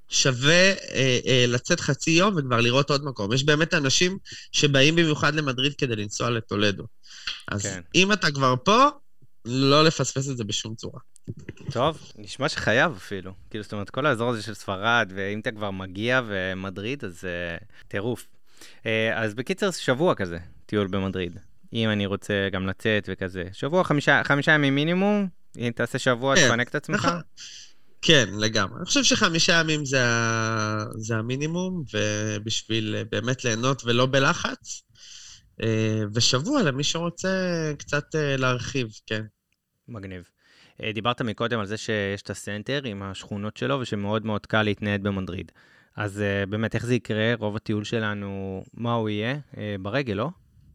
שווה אה, אה, לצאת חצי יום וכבר לראות עוד מקום. יש באמת אנשים שבאים במיוחד למדריד כדי לנסוע לטולדו. אז כן. אם אתה כבר פה, לא לפספס את זה בשום צורה. טוב, נשמע שחייב אפילו. כאילו, זאת אומרת, כל האזור הזה של ספרד, ואם אתה כבר מגיע ומדריד, אז uh, טירוף. Uh, אז בקיצר, שבוע כזה, טיול במדריד. אם אני רוצה גם לצאת וכזה. שבוע, חמישה, חמישה ימים מינימום, אם תעשה שבוע, כן, תפנק את עצמך? נכון. כן, לגמרי. אני חושב שחמישה ימים זה, זה המינימום, ובשביל באמת ליהנות ולא בלחץ. ושבוע למי שרוצה קצת להרחיב, כן. מגניב. דיברת מקודם על זה שיש את הסנטר עם השכונות שלו, ושמאוד מאוד קל להתנייד במדריד. אז באמת, איך זה יקרה? רוב הטיול שלנו, מה הוא יהיה? ברגל, לא?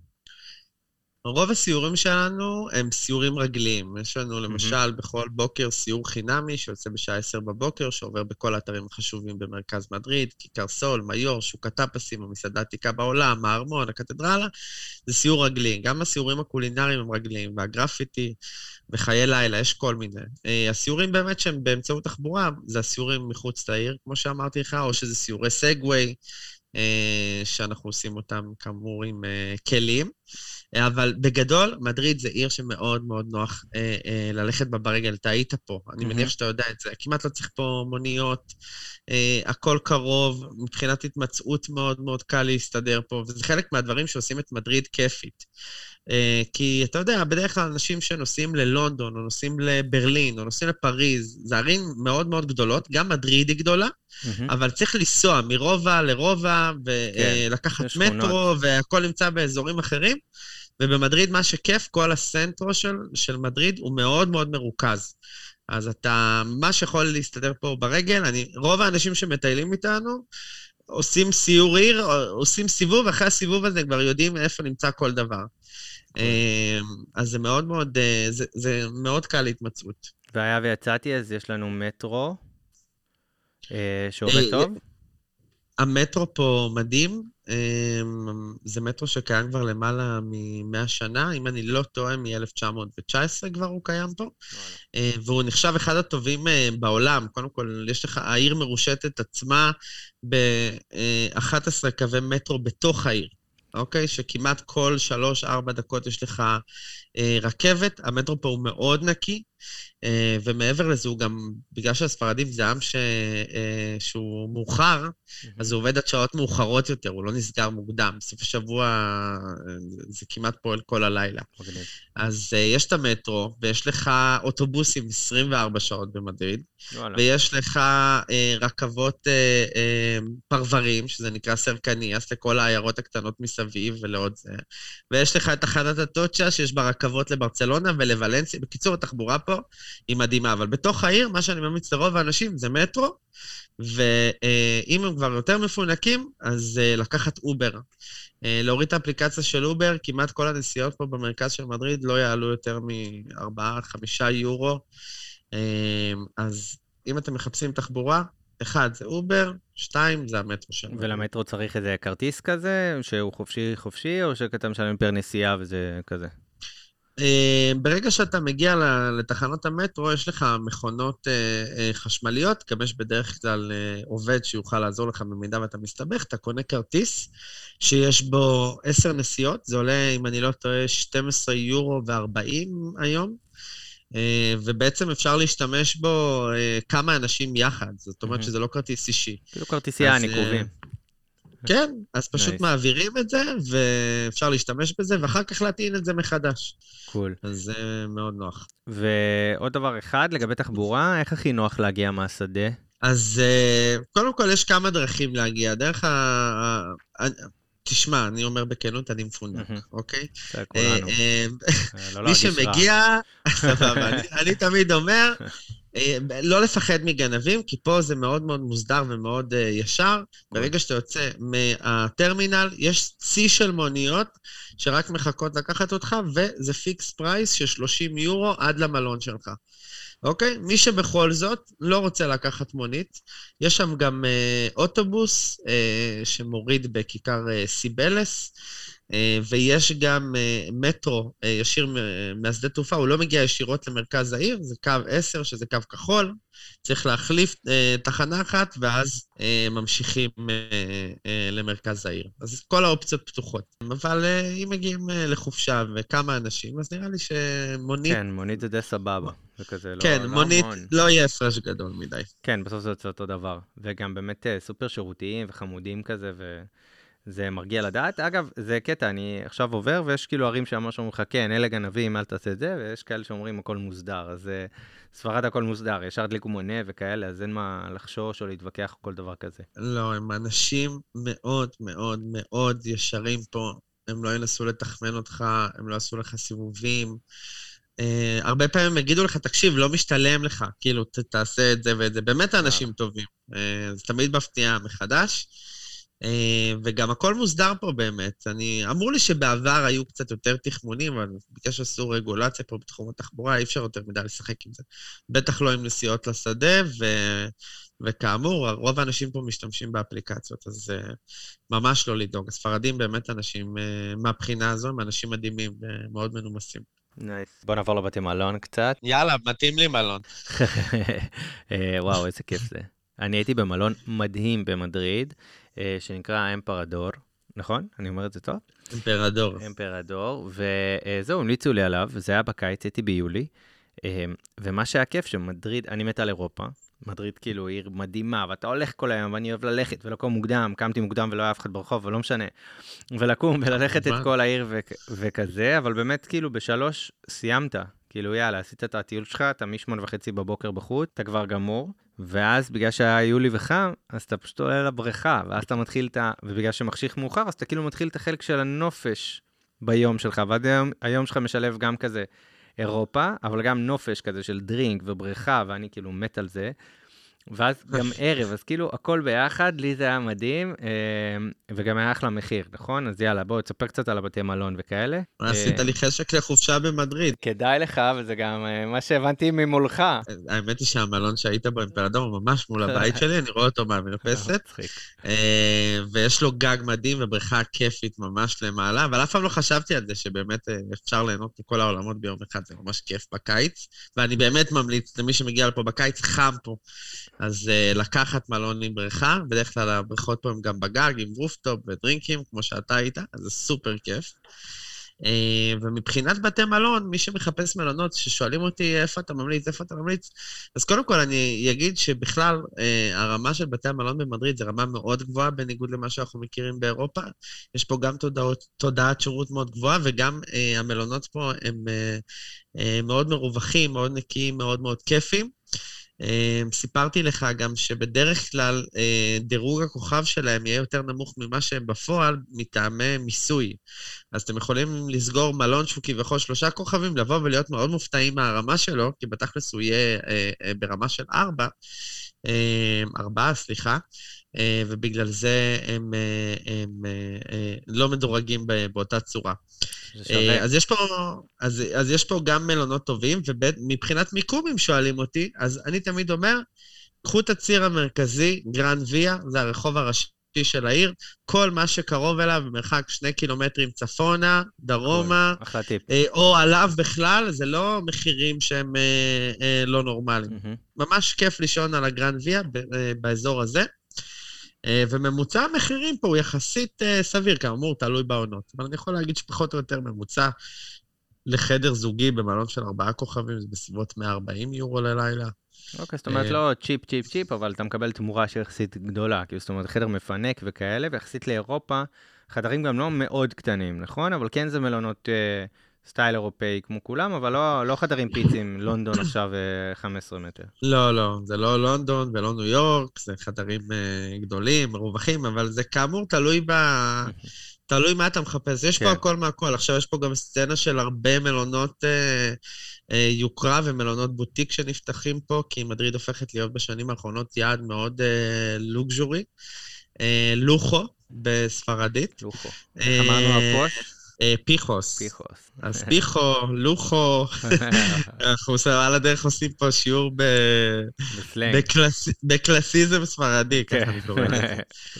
רוב הסיורים שלנו הם סיורים רגליים. יש לנו למשל בכל בוקר סיור חינמי שיוצא בשעה עשר בבוקר, שעובר בכל האתרים החשובים במרכז מדריד, כיכר סול, מיור, שוק הטפסים, המסעדה העתיקה בעולם, הארמון, הקתדרלה. זה סיור רגלי. גם הסיורים הקולינריים הם רגליים, והגרפיטי וחיי לילה, יש כל מיני. הסיורים באמת שהם באמצעות תחבורה, זה הסיורים מחוץ לעיר, כמו שאמרתי לך, או שזה סיורי סגווי, שאנחנו עושים אותם כאמור עם כלים. אבל בגדול, מדריד זה עיר שמאוד מאוד נוח אה, אה, ללכת בה ברגל. אתה היית פה, אני מניח שאתה יודע את זה. כמעט לא צריך פה מוניות, אה, הכל קרוב, מבחינת התמצאות מאוד מאוד קל להסתדר פה, וזה חלק מהדברים שעושים את מדריד כיפית. אה, כי אתה יודע, בדרך כלל אנשים שנוסעים ללונדון, או נוסעים לברלין, או נוסעים לפריז, זה ערים מאוד מאוד גדולות, גם מדריד היא גדולה, אבל צריך לנסוע מרובע לרובע, ולקחת כן, מטרו, והכל נמצא באזורים אחרים. ובמדריד מה שכיף, כל הסנטרו של, של מדריד הוא מאוד מאוד מרוכז. אז אתה ממש יכול להסתדר פה ברגל. אני, רוב האנשים שמטיילים איתנו עושים סיור עיר, עושים סיבוב, ואחרי הסיבוב הזה כבר יודעים איפה נמצא כל דבר. אז זה מאוד מאוד, זה, זה מאוד קל להתמצאות. והיה ויצאתי, אז יש לנו מטרו שעובד טוב? המטרו פה מדהים, זה מטרו שקיים כבר למעלה מ-מאה שנה, אם אני לא טועה, מ-אלף תשע מאות תשע עשרה כבר הוא קיים פה, והוא נחשב אחד הטובים בעולם. קודם כל, יש לך, העיר מרושתת עצמה ב-אחד עשר קווי מטרו בתוך העיר. אוקיי? שכמעט כל שלוש, ארבע דקות יש לך אה, רכבת, המטרו פה הוא מאוד נקי, אה, ומעבר לזה הוא גם, בגלל שהספרדים זה עם ש, אה, שהוא מאוחר, אז הוא עובד עד שעות מאוחרות יותר, הוא לא נסגר מוקדם. בסוף השבוע אה, זה כמעט פועל כל הלילה. מגניב. אז אה, יש את המטרו, ויש לך אוטובוסים עשרים וארבע שעות במדריד, וואלה. ויש לך אה, רכבות אה, אה, פרברים, שזה נקרא סרקניאס, לכל העיירות הקטנות מסביב ולעוד זה. ויש לך את תחנת הטוצ'ה, שיש בה רכבות לברצלונה ולוולנסיה. בקיצור, התחבורה פה היא מדהימה, אבל בתוך העיר, מה שאני ממליץ לרוב האנשים זה מטרו, ואם הם כבר יותר מפונקים, אז אה, לקחת אובר. אה, להוריד את האפליקציה של אובר, כמעט כל הנסיעות פה במרכז של מדריד לא יעלו יותר מ-ארבעה עד חמישה יורו. אז אם אתם מחפשים תחבורה, אחד זה אובר, שתיים זה המטרו שלנו. ולמטרו צריך איזה כרטיס כזה, שהוא חופשי חופשי, או שאתה משלם פר נסיעה וזה כזה? ברגע שאתה מגיע לתחנות המטרו, יש לך מכונות חשמליות, גם יש בדרך כלל עובד שיוכל לעזור לך במידה ואתה מסתבך, אתה קונה כרטיס שיש בו עשר נסיעות, זה עולה, אם אני לא טועה, שנים עשר יורו וארבעים היום, ובעצם אפשר להשתמש בו כמה אנשים יחד, זאת אומרת שזה לא כרטיס אישי. כאילו כרטיסייה, ניקובים. כן, אז פשוט מעבירים את זה, ואפשר להשתמש בזה, ואחר כך להטעין את זה מחדש. קול. אז זה מאוד נוח. ועוד דבר אחד, לגבי תחבורה, איך הכי נוח להגיע מהשדה? אז קודם כל יש כמה דרכים להגיע. דרך ה... תשמע, אני אומר בכנות, אני מפונק, אוקיי? זה כולנו. מי שמגיע, סבבה, אני תמיד אומר, לא לפחד מגנבים, כי פה זה מאוד מאוד מוסדר ומאוד ישר. ברגע שאתה יוצא מהטרמינל, יש צי של מוניות שרק מחכות לקחת אותך, וזה פיקס פרייס של שלושים יורו עד למלון שלך. אוקיי? מי שבכל זאת לא רוצה לקחת מונית, יש שם גם אה, אוטובוס אה, שמוריד בכיכר אה, סיבלס, אה, ויש גם אה, מטרו אה, ישיר מהשדה תעופה, הוא לא מגיע ישירות למרכז העיר, זה קו עשר שזה קו כחול, צריך להחליף אה, תחנה אחת, ואז אה, ממשיכים אה, אה, למרכז העיר. אז כל האופציות פתוחות. אבל אה, אם מגיעים אה, לחופשה וכמה אנשים, אז נראה לי שמונית... כן, מונית זה די סבבה. זה כזה, כן, לא, מונית לא, לא יהיה הפרש גדול מדי. כן, בסוף זה יוצא אותו דבר. וגם באמת סופר שירותיים וחמודים כזה, וזה מרגיע לדעת. אגב, זה קטע, אני עכשיו עובר, ויש כאילו ערים שממש אומרים לך, כן, אלה גנבים, אל תעשה את זה, ויש כאלה שאומרים, הכל מוסדר. אז ספרד הכל מוסדר, ישר דליקו מונה וכאלה, אז אין מה לחשוש או להתווכח או כל דבר כזה. לא, הם אנשים מאוד מאוד מאוד ישרים פה. הם לא ינסו לתחמן אותך, הם לא עשו לך סיבובים. Uh, הרבה פעמים הם יגידו לך, תקשיב, לא משתלם לך, כאילו, ת, תעשה את זה ואת זה. באמת האנשים טובים. Uh, זה תמיד מפתיע מחדש. Uh, וגם הכל מוסדר פה באמת. אני, אמרו לי שבעבר היו קצת יותר תחמונים, אבל בגלל שעשו רגולציה פה בתחום התחבורה, אי אפשר יותר מדי לשחק עם זה. בטח לא עם נסיעות לשדה, ו, וכאמור, רוב האנשים פה משתמשים באפליקציות, אז uh, ממש לא לדאוג. הספרדים באמת אנשים, uh, מהבחינה הזו, הם אנשים מדהימים ומאוד מנומסים. נייס. בוא נעבור לבתי מלון קצת. יאללה, מתאים לי מלון. וואו, איזה כיף זה. אני הייתי במלון מדהים במדריד, שנקרא אמפרדור, נכון? אני אומר את זה טוב? אמפרדור. אמפרדור, וזהו, המליצו לי עליו, זה היה בקיץ, הייתי ביולי, ומה שהיה כיף שמדריד, אני מת על אירופה, מדריד כאילו עיר מדהימה, ואתה הולך כל היום, ואני אוהב ללכת ולקום מוקדם, קמתי מוקדם ולא היה אף אחד ברחוב, ולא משנה, ולקום וללכת את כל העיר ו- וכזה, אבל באמת כאילו בשלוש סיימת, כאילו יאללה, עשית את הטיול שלך, אתה משמונה וחצי בבוקר בחוץ, אתה כבר גמור, ואז בגלל שהיה יולי וחם, אז אתה פשוט עולה לבריכה, ואז אתה מתחיל את ה... ובגלל שמחשיך מאוחר, אז אתה כאילו מתחיל את החלק של הנופש ביום שלך, ועד היום, היום שלך משלב גם כזה אירופה, אבל גם נופש כזה של דרינק ובריכה, ואני כאילו מת על זה. ואז גם ערב, אז כאילו הכל ביחד, לי זה היה מדהים, וגם היה אחלה מחיר, נכון? אז יאללה, בואו, תספר קצת על הבתי מלון וכאלה. עשית לי חשק לחופשה במדריד. כדאי לך, וזה גם מה שהבנתי ממולך. האמת היא שהמלון שהיית בו, אמפרדור, ממש מול הבית שלי, אני רואה אותו מהמרפסת, ויש לו גג מדהים ובריכה כיפית ממש למעלה, אבל אף פעם לא חשבתי על זה שבאמת אפשר ליהנות מכל העולמות ביום אחד, זה ממש כיף בקיץ, ואני באמת ממליץ למי שמגיע לפה בקיץ, חם פה. אז uh, לקחת מלון עם בריכה, בדרך כלל הבריכות פה הם גם בגג, עם רופטופ ודרינקים, כמו שאתה היית, אז זה סופר כיף. Uh, ומבחינת בתי מלון, מי שמחפש מלונות, ששואלים אותי איפה אתה ממליץ, איפה אתה ממליץ, אז קודם כל אני אגיד שבכלל uh, הרמה של בתי המלון במדריד זה רמה מאוד גבוהה, בניגוד למה שאנחנו מכירים באירופה. יש פה גם תודעות, תודעת שירות מאוד גבוהה, וגם uh, המלונות פה הם uh, uh, מאוד מרווחים, מאוד נקיים, מאוד מאוד כיפים. Uh, סיפרתי לך גם שבדרך כלל uh, דירוג הכוכב שלהם יהיה יותר נמוך ממה שהם בפועל, מטעמי מיסוי. אז אתם יכולים לסגור מלון שהוא כביכול שלושה כוכבים, לבוא ולהיות מאוד מופתעים מהרמה שלו, כי בתכלס הוא יהיה uh, uh, ברמה של ארבע, uh, ארבעה, סליחה, uh, ובגלל זה הם, uh, הם uh, uh, לא מדורגים באותה צורה. אז יש פה, אז, אז יש פה גם מלונות טובים, ומבחינת מיקומים שואלים אותי, אז אני תמיד אומר, קחו את הציר המרכזי, גרנד ויה, זה הרחוב הראשי של העיר, כל מה שקרוב אליו, במרחק שני קילומטרים צפונה, דרומה, או עליו בכלל, זה לא מחירים שהם אה, אה, לא נורמליים. Mm-hmm. ממש כיף לישון על הגרנד ויה באזור הזה. וממוצע המחירים פה הוא יחסית סביר, כאמור, תלוי בעונות. אבל אני יכול להגיד שפחות או יותר ממוצע לחדר זוגי במלון של ארבעה כוכבים, זה בסביבות מאה וארבעים יורו ללילה. אוקיי, זאת אומרת לא צ'יפ, צ'יפ, צ'יפ, אבל אתה מקבל תמורה שיחסית גדולה, זאת אומרת חדר מפנק וכאלה, ויחסית לאירופה, חדרים גם לא מאוד קטנים, נכון? אבל כן זה מלונות סטייל אירופאי כמו כולם, אבל לא, לא חדרים פיצים, לונדון עכשיו חמישה עשר מטר. לא, לא, זה לא לונדון ולא ניו יורק, זה חדרים uh, גדולים, מרווחים, אבל זה כאמור תלוי ב... תלוי מה אתה מחפש. יש כן. פה הכל מהכל. עכשיו יש פה גם סצנה של הרבה מלונות uh, uh, יוקרה ומלונות בוטיק שנפתחים פה, כי מדריד הופכת להיות בשנים האחרונות יעד מאוד uh, לוגז'ורי. Uh, לוחו בספרדית. לוחו. איך אמרנו הפוש? פיחוס. פיחוס. אז פיחו, לוחו, אנחנו על הדרך עושים פה שיעור בקלאסיזם ספרדי, ככה אני קורא לזה.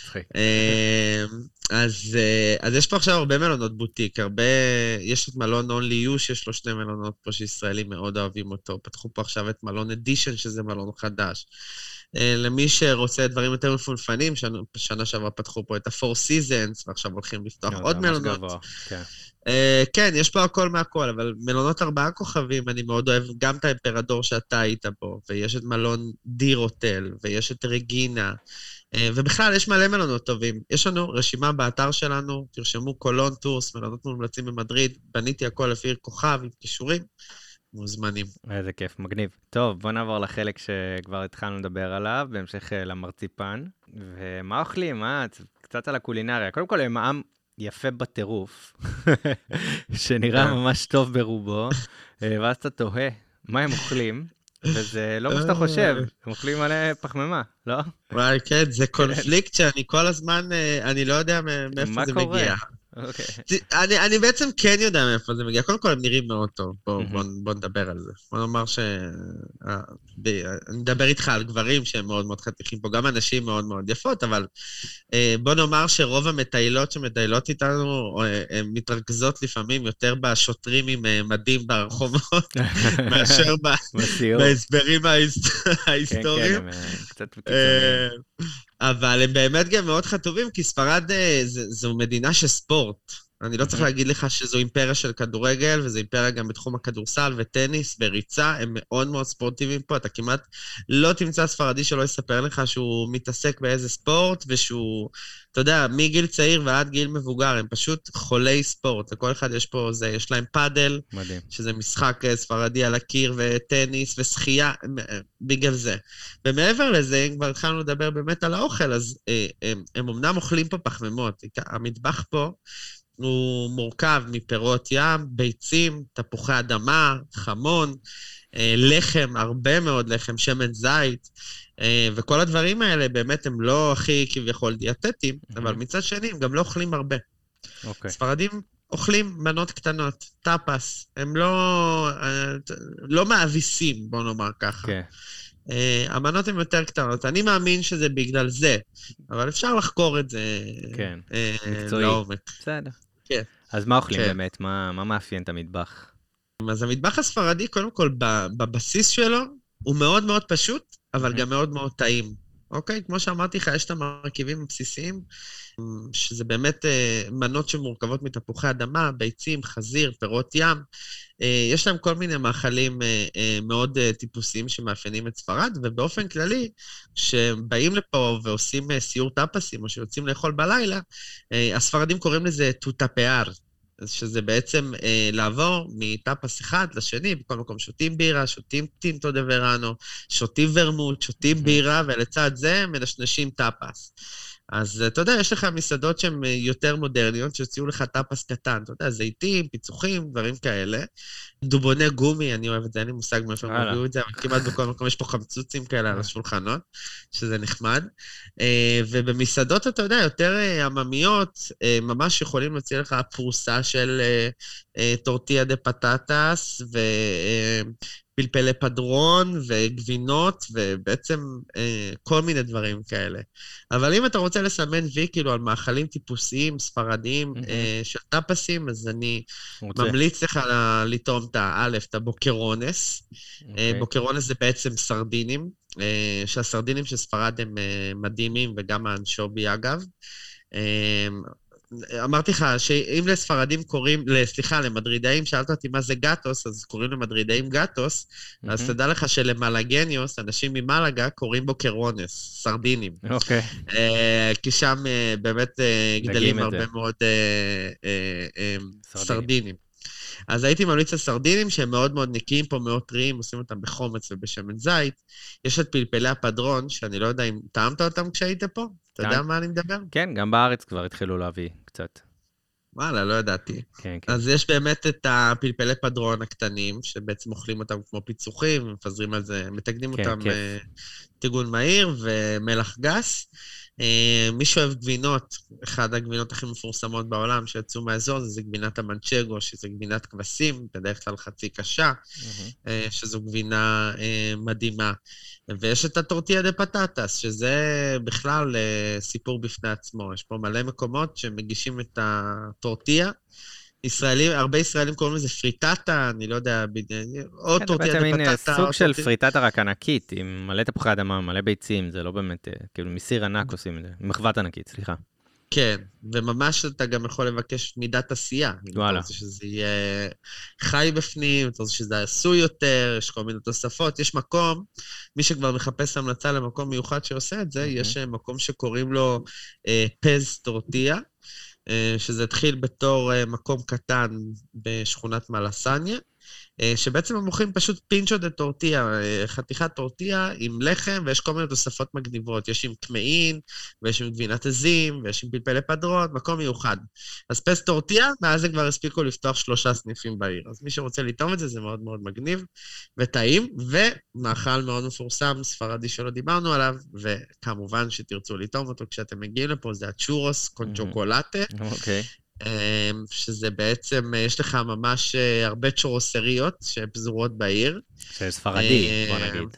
אז יש פה עכשיו הרבה מלונות בוטיק, הרבה, יש את מלון Only You, שיש לו שני מלונות פה שישראלים מאוד אוהבים אותו, פתחו פה עכשיו את מלון אדישן, שזה מלון חדש. למי שרוצה דברים יותר מפונפנים, שנה שעברה פתחו פה את ה-Four Seasons, ועכשיו הולכים לפתוח עוד מלונות. כן, יש פה הכל מהכל, אבל מלונות ארבעה כוכבים, אני מאוד אוהב גם את האמפרדור שאתה היית בו, ויש את מלון דיר הוטל, ויש את רגינה, ובכלל יש מלא מלונות טובים. יש לנו רשימה באתר שלנו, תרשמו קולון טורס, מלונות מומלצים במדריד, בניתי הכל לפי כוכב עם קישורים. מוזמנים. איזה כיף, מגניב. טוב, בוא נעבור לחלק שכבר התחלנו לדבר עליו, בהמשך למרציפן. ומה אוכלים, מה? קצת על הקולינריה. קודם כל, הם עם יפה בטירוף, שנראה ממש טוב ברובו, ואז אתה תוהה מה הם אוכלים, וזה לא מה שאתה חושב, הם אוכלים מלא פחמימה, לא? וואי, כן, זה קונפליקט שאני כל הזמן, אני לא יודע מאיפה זה מגיע. Okay. אני, אני בעצם כן יודע מאיפה זה מגיע. קודם כל הם נראים מאוד טוב. בוא, mm-hmm. בוא, בוא נדבר על זה. בוא נאמר ש... אני מדבר איתך על גברים שהם מאוד מאוד חתיכים פה, גם אנשים מאוד מאוד יפות, אבל בוא נאמר שרוב המטיילות שמטיילות איתנו, הן מתרכזות לפעמים יותר בשוטרים עם מדים ברחובות, מאשר בהסברים ההיסטוריים. כן, כן, הם קצת בקיצונים. אבל הם באמת גם מאוד חטובים, כי ספרד זו מדינה של ספורט. אני לא צריך להגיד לך שזו אימפריה של כדורגל, וזו אימפריה גם בתחום הכדורסל וטניס וריצה, הם מאוד מאוד ספורטיביים פה, אתה כמעט לא תמצא ספרדי שלא יספר לך שהוא מתעסק באיזה ספורט, ושהוא, אתה יודע, מגיל צעיר ועד גיל מבוגר, הם פשוט חולי ספורט, לכל אחד יש פה, זה, יש להם פאדל, מדהים. שזה משחק ספרדי על הקיר, וטניס ושחייה, בגלל זה. ומעבר לזה, אם כבר התחלנו לדבר באמת על האוכל, אז הם, הם אמנם אוכלים פה פחמימות, המטבח פה, הוא מורכב מפירות ים, ביצים, תפוחי אדמה, חמון, לחם, הרבה מאוד לחם, שמן זית, וכל הדברים האלה באמת הם לא הכי כביכול דיאטטיים, mm-hmm. אבל מצד שני הם גם לא אוכלים הרבה. Okay. ספרדים אוכלים מנות קטנות, טאפס, הם לא, לא מאביסים, בוא נאמר ככה. Okay. המנות הן יותר קטנות, אני מאמין שזה בגלל זה, אבל אפשר לחקור את זה כן, מקצועי. לעומק. בסדר. כן. אז מה אוכלים כן. באמת? מה, מה מאפיין את המטבח? אז המטבח הספרדי, קודם כל, בבסיס שלו, הוא מאוד מאוד פשוט, אבל Mhm. גם מאוד מאוד טעים. אוקיי? כמו שאמרתי לך, יש את המרכיבים הבסיסיים, שזה באמת אה, מנות שמורכבות מתפוחי אדמה, ביצים, חזיר, פירות ים. אה, יש להם כל מיני מאכלים אה, אה, מאוד אה, טיפוסיים שמאפיינים את ספרד, ובאופן כללי, כשבאים לפה ועושים אה, סיור טאפסים, או שיוצאים לאכול בלילה, אה, הספרדים קוראים לזה טוטאפאר, שזה בעצם אה, לעבור מטאפס אחד לשני, בכל מקום שותים בירה, שותים טינטו דה וראנו, שותים ורמוט, שותים בירה, ולצד זה מנשנשים טאפס. אז אתה יודע, יש לך מסעדות שהן יותר מודרניות, שהוציאו לך טאפס קטן, אתה יודע, זיתים, פיצוחים, דברים כאלה. דובוני גומי, אני אוהב את זה, אין לי מושג מאיפה הם הביאו את זה, אבל כמעט בכל מקום יש פה חמצוצים כאלה על השולחנות, שזה נחמד. אה, ובמסעדות, אתה יודע, יותר אה, עממיות, אה, ממש יכולים להוציא לך פרוסה של אה, אה, טורטיה דה פטטס, ו... אה, פלפלי פדרון וגבינות, ובעצם אה, כל מיני דברים כאלה. אבל אם אתה רוצה לסמן וי, כאילו, על מאכלים טיפוסיים, ספרדיים, Mhm. אה, של טאפסים, אז אני רוצה. ממליץ לך ל- לטעום את האלף, את הבוקרונס. אה, אוקיי. בוקרונס זה בעצם סרדינים, אה, שהסרדינים של ספרד הם אה, מדהימים, וגם האנשובי אגב. אה, אמרתי לך שאם לספרדים קוראים, סליחה, למדרידאים, שאלת אותי מה זה גטוס, אז קוראים למדרידאים גטוס, אז Mhm. תדע לך שלמלגניוס, אנשים ממלגה קוראים בו קרונס, סרדינים. אוקיי. אה, כי שם אה, באמת אה, דגים גדלים את הרבה זה. מאוד אה, אה, אה, סרדינים. סרדינים. אז הייתי ממליץ על סרדינים שהם מאוד מאוד נקיים פה, מאוד טריים, עושים אותם בחומץ ובשמן זית. יש את פלפלי הפדרון, שאני לא יודע אם טעמת אותם כשהיית פה? אתה יודע טעם- מה אני מדבר? כן, גם בארץ כבר התחילו להביא קצת. וואלה, לא ידעתי. כן, כן. אז יש באמת את הפלפלי פדרון הקטנים, שבעצם אוכלים אותם כמו פיצוחים, ומפזרים על זה, מתקנים כן, אותם כיף. אה, טיגון מהיר ומלח גס. אה, מי שאוהב גבינות, אחת הגבינות הכי מפורסמות בעולם שיצאו מהאזור, זה גבינת המנצ'גו, שזה גבינת כבשים, בדרך כלל חצי קשה, Mhm. אה, שזו גבינה אה, מדהימה. ויש את הטורטיה דה פטטס, שזה בכלל אה, סיפור בפני עצמו. יש פה מלא מקומות שמגישים את הטורטיה. ישראלים, הרבה ישראלים קוראים לזה פריטטה, אני לא יודע, בדיוק, או כן, זה טורטיה בעצם דה מין פטטה, סוג או של טורטיה... פריטטה רק ענקית, עם מלא תפוחי אדמה, מלא ביצים, זה לא באמת, אה, כאילו מסיר ענק עושים את זה, מחבת ענקית, סליחה. כן, וממש אתה גם יכול לבקש מידת עשייה. אם אתה וואלה. רוצה שזה יהיה חי בפנים, אתה רוצה שזה עשוי יותר, יש כל מיני תוספות. יש מקום, מי שכבר מחפש המלצה למקום מיוחד שעושה את זה, מהמם. יש אה, מקום שקוראים לו אה, פז טורטיה, אה, שזה התחיל בתור אה, מקום קטן בשכונת מלסניה, אה, שבעצם הם מוכרים פשוט פינצ'ו דה טורטיה, אה, חתיכת טורטיה עם לחם, ויש כל מיני תוספות מגניבות. יש עם קמעין, ויש עם גבינת עזים, ויש עם פלפלי פדרון, מקום מיוחד. אז פס טורטיה, מאז זה כבר הספיקו לפתוח שלושה סניפים בעיר. אז מי שרוצה לטעום את זה, זה מאוד מאוד מגניב וטעים, ומאכל מאוד מפורסם, ספרדי שלא דיברנו עליו, וכמובן שתרצו לטעום אותו כשאתם מגיעים לפה, זה הצ'ורוס קון Mhm. צ'וקולטה, אוקיי. אמ, שזה בעצם, אה, יש לך ממש אה, הרבה צ'ורוסריות שפזורות בעיר. זה ספרדי, בוא אה, נגיד.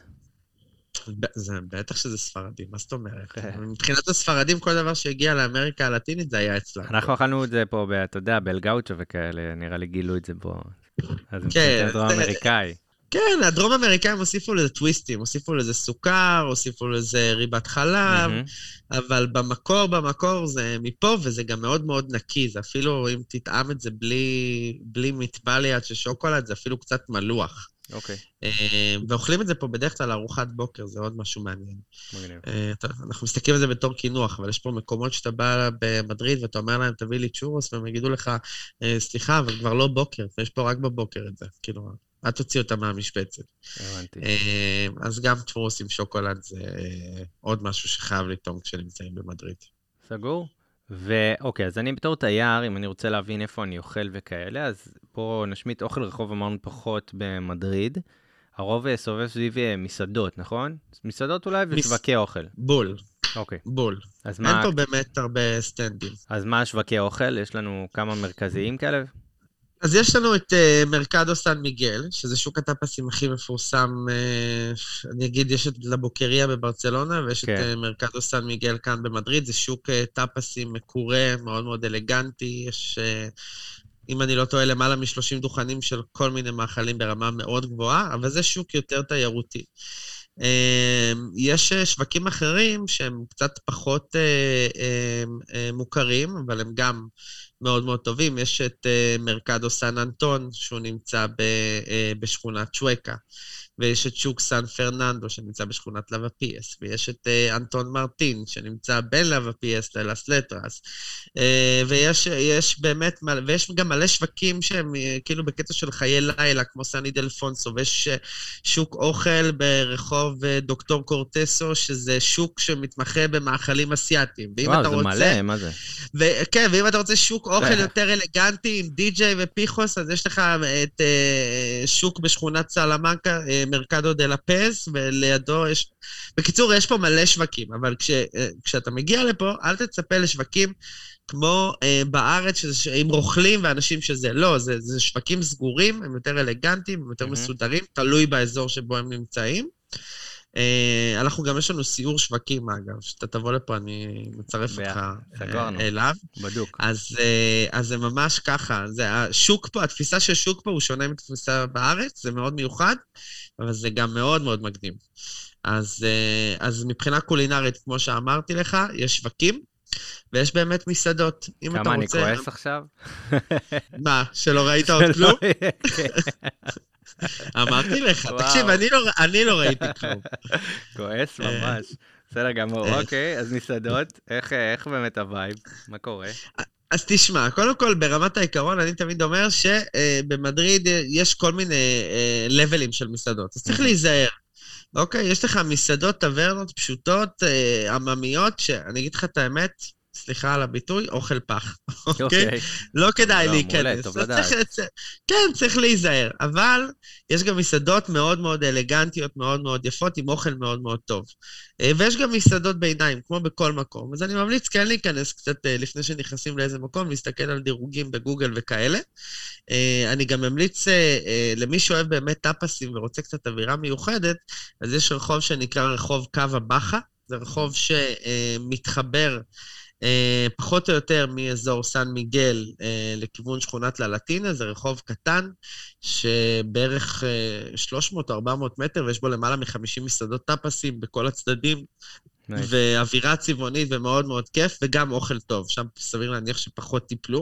ב- זה, בטח שזה ספרדי, מה זאת אומרת? מבחינת הספרדים, כל דבר שהגיע לאמריקה הלטינית, זה היה אצלם. אנחנו אכלנו את זה פה, ב- אתה יודע, באלגאוצ'ו וכאלה, נראה לי גילו את זה פה. אז כן, מבחינתם דרום זה- אמריקאי. כן, הדרום אמריקאים הוסיפו לזה טוויסטים, הוסיפו לזה סוכר, הוסיפו לזה ריבת חלב, מהמם. אבל במקור, במקור זה מפה, וזה גם מאוד מאוד נקי, זה אפילו, אם תטעם את זה בלי, בלי מטבע ליד של שוקולד, זה אפילו קצת מלוח. אוקיי, אה, ואוכלים את זה פה בדרך כלל לארוחת בוקר, זה עוד משהו מעניין. מגניב. אה, טוב, אנחנו מסתכלים על זה בתור קינוח, אבל יש פה מקומות שאתה בא במדריד ואתה אומר להם, תביא לי צ'ורוס, והם יגידו לך, "אה, סליחה, אבל כבר לא בוקר, ויש פה רק בבוקר את זה. כאילו, אל תוציא אותה מהמשבצת. הבנתי. אה, אז גם צ'ורוס עם שוקולד זה אה, עוד משהו שחייב לטעום כשנמצאים במדריד. סגור? ואוקיי, אז אני בתור תייר, אם אני רוצה להבין איפה אני אוכל וכאלה, אז פה נשמיט אוכל רחוב אמרנו פחות במדריד. הרוב אה, סובב סביב אה, מסעדות, נכון? מסעדות אולי מס- ושווקי אוכל. בול, אוקיי. בול. אז אין מה, פה באמת הרבה סטנדים. אז מה שווקי אוכל? יש לנו כמה מרכזיים כאלה? אז יש לנו את uh, מרקדו סן מיגל, שזה שוק הטאפסים הכי מפורסם, uh, אני אגיד, יש את לבוקריה בברצלונה, ויש כן. את uh, מרקדו סן מיגל כאן במדריד, זה שוק uh, טאפסים מקורה, מאוד מאוד אלגנטי, יש, uh, אם אני לא טועה, למעלה מ-שלושים דוכנים של כל מיני מאכלים ברמה מאוד גבוהה, אבל זה שוק יותר תיירותי. יש שווקים אחרים שהם קצת פחות מוכרים, אבל הם גם מאוד מאוד טובים. יש את מרקדו סן אנטון, שהוא נמצא בשכונת שווקה, ויש את שוק סן פרננדו, שנמצא בשכונת לבה פיאס, ויש את אנטון מרטין, שנמצא בין לבה פיאס ללס לטרס, ויש יש באמת, ויש גם מלא שווקים שהם כאילו בקטע של חיי לילה, כמו סני דלפונסו, ויש שוק אוכל ברחוב דוקטור קורטסו, שזה שוק שמתמחה במאכלים אסייתיים. וואו, זה רוצה, מלא, מה זה? כן, ואם אתה רוצה שוק אוכל יותר אלגנטי, עם די-ג'יי ופיחוס, אז יש לך את שוק בשכונת סלמנקה, מרקדו דה לפז, ולידו יש... בקיצור, יש פה מלא שווקים, אבל כש, כשאתה מגיע לפה, אל תצפה לשווקים כמו אה, בארץ, שזה, עם רוכלים ואנשים שזה לא, זה, זה שווקים סגורים, הם יותר אלגנטיים, הם יותר mm-hmm. מסודרים, תלוי באזור שבו הם נמצאים. אה, אנחנו גם יש לנו סיור שווקים, אגב, שאתה תבוא לפה, אני מצרף אותך אה, אליו. בדוק. אז, אה, אז זה ממש ככה, זה השוק פה, התפיסה של שוק פה הוא שונה מתפיסה בארץ, זה מאוד מיוחד, אבל זה גם מאוד מאוד מקדים. אז, אז מבחינה קולינרית, כמו שאמרתי לך, יש שווקים, ויש באמת מסעדות. כמה אני כועס עכשיו? מה, שלא ראית עוד כלום? אמרתי לך, תקשיב, אני לא ראיתי כלום. כועס ממש. בסדר גמור, אוקיי, אז מסעדות, איך באמת הווייב? מה קורה? אז תשמע, קודם כל, ברמת העיקרון, אני תמיד אומר שבמדריד יש כל מיני לבלים של מסעדות, אז צריך להיזהר. אוקיי, יש לך מסעדות, טברנות פשוטות, עממיות, שאני אגיד לך את האמת, סליחה על הביטוי, אוכל פח. אוקיי? לא כדאי להיכנס. כן, צריך להיזהר. אבל יש גם מסעדות מאוד מאוד אלגנטיות, מאוד מאוד יפות, עם אוכל מאוד מאוד טוב. ויש גם מסעדות ביניים, כמו בכל מקום. אז אני ממליץ כן להיכנס קצת לפני שנכנסים לאיזה מקום, להסתכל על דירוגים בגוגל וכאלה. אני גם ממליץ למי שאוהב באמת טאפסים ורוצה קצת אווירה מיוחדת, אז יש רחוב שנקרא רחוב קו הבחה, זה רחוב שמתחבר פחות או יותר מאזור סן מיגל לכיוון שכונת ללטינה, זה רחוב קטן שבערך שלוש מאות ארבע מאות מטר, ויש בו למעלה מ-חמישים מסעדות טאפסים בכל הצדדים, ואווירה צבעונית ומאוד מאוד כיף, וגם אוכל טוב, שם סביר להניח שפחות טיפלו.